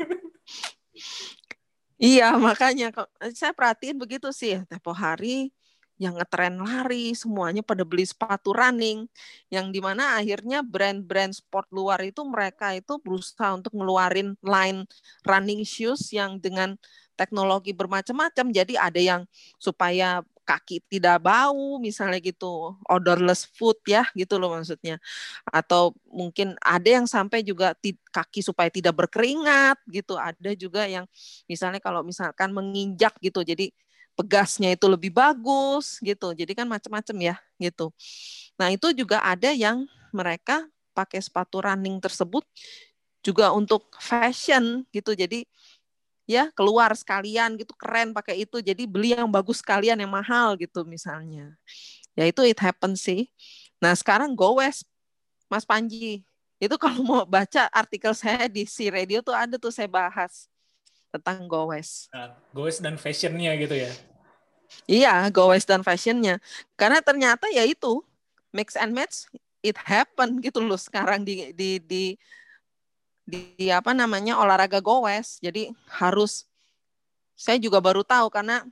[SPEAKER 6] Iya makanya saya perhatiin begitu sih, tempo hari yang ngetren lari, semuanya pada beli sepatu running, yang dimana akhirnya brand-brand sport luar itu mereka itu berusaha untuk ngeluarin line running shoes yang dengan teknologi bermacam-macam. Jadi ada yang supaya kaki tidak bau, misalnya gitu, odorless foot ya, gitu loh maksudnya. Atau mungkin ada yang sampai juga ti- kaki supaya tidak berkeringat gitu. Ada juga yang misalnya kalau misalkan menginjak gitu, jadi pegasnya itu lebih bagus gitu. Jadi kan macam-macam ya gitu. Nah, itu juga ada yang mereka pakai sepatu running tersebut juga untuk fashion gitu. Jadi ya keluar sekalian gitu, keren pakai itu. Jadi beli yang bagus sekalian, yang mahal gitu misalnya. Ya itu it happen sih. Nah, sekarang go west Mas Panji. Itu kalau mau baca artikel saya di Si Radio tuh ada tuh saya bahas tentang go west.
[SPEAKER 5] Nah, goes dan fashionnya gitu ya.
[SPEAKER 6] Iya, go west dan fashionnya. Karena ternyata ya itu mix and match it happen gitu loh sekarang di di di di apa namanya olahraga go west. Jadi harus saya juga baru tahu karena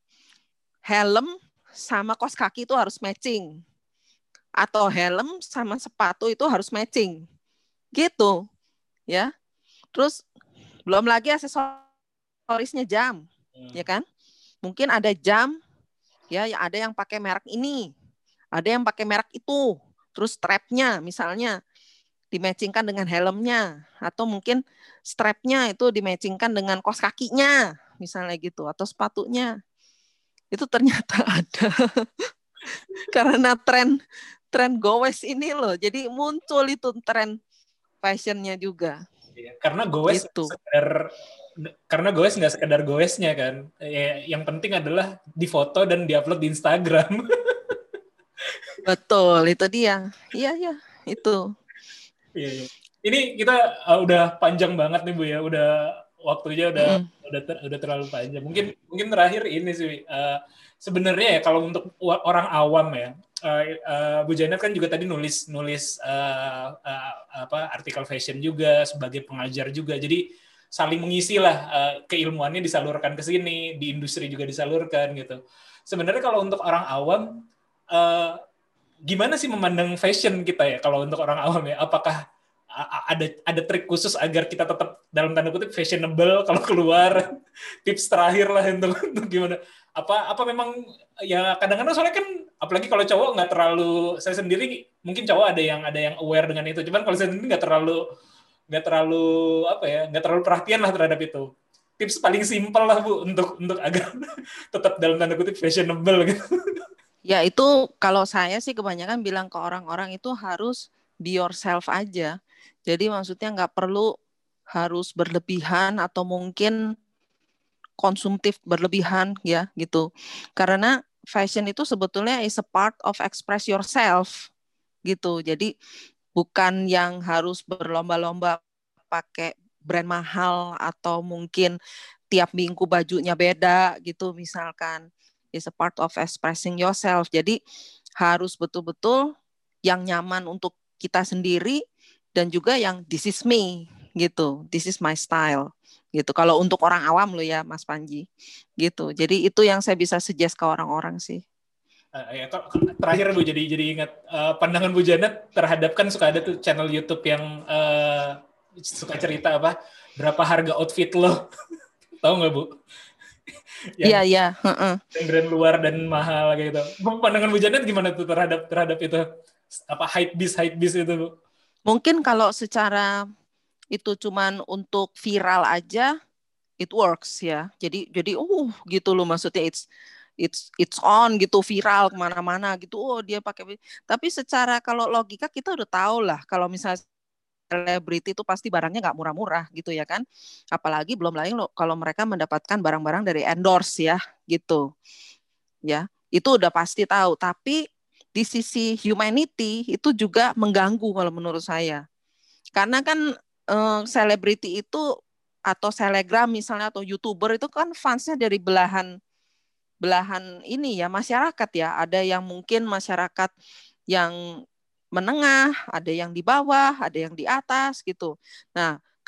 [SPEAKER 6] helm sama kaos kaki itu harus matching atau helm sama sepatu itu harus matching. Gitu, ya. Terus belum lagi aksesorisnya jam, hmm. ya kan? Mungkin ada jam ya, ada yang pakai merek ini, ada yang pakai merek itu, terus strapnya misalnya dimatchingkan dengan helmnya, atau mungkin strapnya itu dimatchingkan dengan kaos kakinya, misalnya gitu, atau sepatunya. Itu ternyata ada. Karena tren tren go west ini loh, jadi muncul itu tren fashionnya juga.
[SPEAKER 5] Karena goes
[SPEAKER 6] gitu.
[SPEAKER 5] sekedar karena goes nggak sekedar goesnya kan, ya, yang penting adalah difoto dan diupload di Instagram.
[SPEAKER 6] Betul, itu dia. Iya ya, itu.
[SPEAKER 5] Iya, iya. Ini kita uh, udah panjang banget nih Bu ya, udah waktunya udah mm. udah ter, udah terlalu panjang. Mungkin mungkin terakhir ini sih uh, sebenarnya ya kalau untuk orang awam ya. Uh, uh, Bu Janet kan juga tadi nulis nulis uh, uh, apa artikel fashion juga sebagai pengajar juga, jadi saling mengisi lah uh, keilmuannya disalurkan ke sini, di industri juga disalurkan gitu. Sebenarnya kalau untuk orang awam uh, gimana sih memandang fashion kita ya kalau untuk orang awam ya, apakah ada ada trik khusus agar kita tetap dalam tanda kutip fashionable kalau keluar? Tips terakhir lah untuk, untuk gimana? Apa apa memang ya kadang-kadang soalnya kan apalagi kalau cowok nggak terlalu, saya sendiri mungkin cowok ada yang ada yang aware dengan itu, cuman kalau saya sendiri nggak terlalu nggak terlalu apa ya nggak terlalu perhatian lah terhadap itu. Tips paling simpel lah Bu untuk untuk agar tetap dalam tanda kutip fashionable gitu.
[SPEAKER 6] Ya itu kalau saya sih kebanyakan bilang ke orang-orang itu harus be yourself aja. Jadi maksudnya nggak perlu harus berlebihan atau mungkin konsumtif berlebihan ya gitu. Karena fashion itu sebetulnya is a part of express yourself gitu. Jadi bukan yang harus berlomba-lomba pakai brand mahal atau mungkin tiap minggu bajunya beda gitu misalkan. Is a part of expressing yourself. Jadi harus betul-betul yang nyaman untuk kita sendiri dan juga yang this is me gitu. This is my style gitu. Kalau untuk orang awam loh ya Mas Panji gitu. Jadi itu yang saya bisa suggest ke orang-orang sih.
[SPEAKER 5] Uh, ya, terakhir Bu, jadi jadi ingat uh, pandangan Bu Janet terhadap, kan suka ada tuh channel YouTube yang uh, suka cerita apa berapa harga outfit lo. Tahu nggak Bu?
[SPEAKER 6] Iya iya.
[SPEAKER 5] Brand luar dan mahal gitu. Pandangan Bu Janet gimana tuh terhadap terhadap itu, apa hype beast hype beast itu Bu?
[SPEAKER 6] Mungkin kalau secara itu cuman untuk viral aja, it works ya. Jadi jadi uh gitu loh maksudnya it's it's it's on gitu, viral kemana-mana gitu. Oh dia pakai. Tapi secara kalau logika kita udah tahu lah kalau misalnya selebriti itu pasti barangnya nggak murah-murah gitu ya kan. Apalagi belum lagi loh kalau mereka mendapatkan barang-barang dari endorse ya gitu. Ya itu udah pasti tahu. Tapi di sisi humanity itu juga mengganggu kalau menurut saya. Karena kan selebriti uh, itu atau selebgram misalnya atau youtuber itu kan fansnya dari belahan belahan ini ya masyarakat ya. Ada yang mungkin masyarakat yang menengah, ada yang di bawah, ada yang di atas gitu. Nah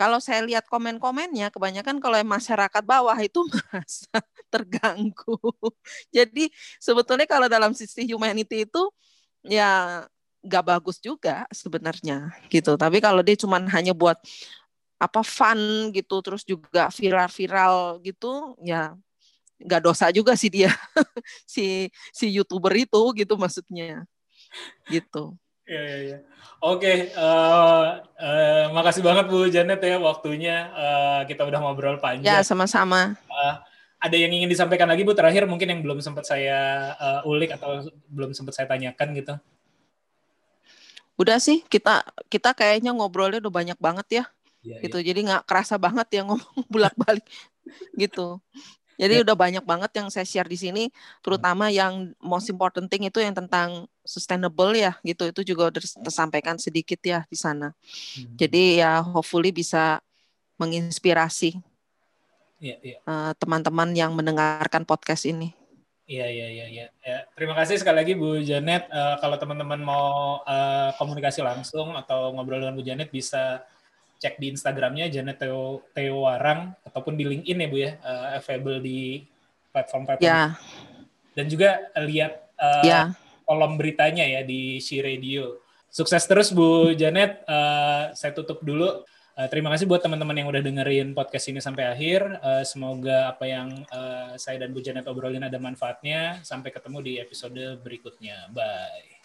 [SPEAKER 6] kalau saya lihat komen-komennya, kebanyakan kalau yang masyarakat bawah itu merasa terganggu. Jadi sebetulnya kalau dalam sisi humanity itu ya nggak bagus juga sebenarnya gitu. Tapi kalau dia cuma hanya buat apa fun gitu, terus juga viral-viral gitu, ya nggak dosa juga sih dia si si YouTuber itu gitu maksudnya gitu.
[SPEAKER 5] Iya, iya, iya. Oke, uh, uh, makasih banget Bu Janet ya waktunya. Uh, kita udah ngobrol panjang.
[SPEAKER 6] Ya, sama-sama.
[SPEAKER 5] Uh, ada yang ingin disampaikan lagi Bu terakhir mungkin yang belum sempat saya uh, ulik atau belum sempat saya tanyakan gitu?
[SPEAKER 6] Udah sih, kita kita kayaknya ngobrolnya udah banyak banget ya.
[SPEAKER 5] Ya,
[SPEAKER 6] gitu.
[SPEAKER 5] ya.
[SPEAKER 6] Jadi nggak kerasa banget ya ngomong bolak-balik gitu. Jadi ya. Udah banyak banget yang saya share di sini, terutama yang most important thing itu yang tentang sustainable ya gitu. Itu juga udah tersampaikan sedikit ya di sana. Hmm. Jadi ya hopefully bisa menginspirasi ya, ya. Uh, teman-teman yang mendengarkan podcast ini.
[SPEAKER 5] Iya, iya, iya. Ya. Ya. Terima kasih sekali lagi Bu Janet. Uh, kalau teman-teman mau uh, komunikasi langsung atau ngobrol dengan Bu Janet bisa cek di Instagramnya Janet Theo, Theo Warang ataupun di LinkedIn ya Bu ya, uh, available di platform-platform.
[SPEAKER 6] Ya.
[SPEAKER 5] Dan juga lihat uh,
[SPEAKER 6] ya.
[SPEAKER 5] kolom beritanya ya di She Radio. Sukses terus Bu Janet. Uh, saya tutup dulu. Uh, terima kasih buat teman-teman yang udah dengerin podcast ini sampai akhir. Uh, semoga apa yang uh, saya dan Bu Janet obrolin ada manfaatnya. Sampai ketemu di episode berikutnya. Bye.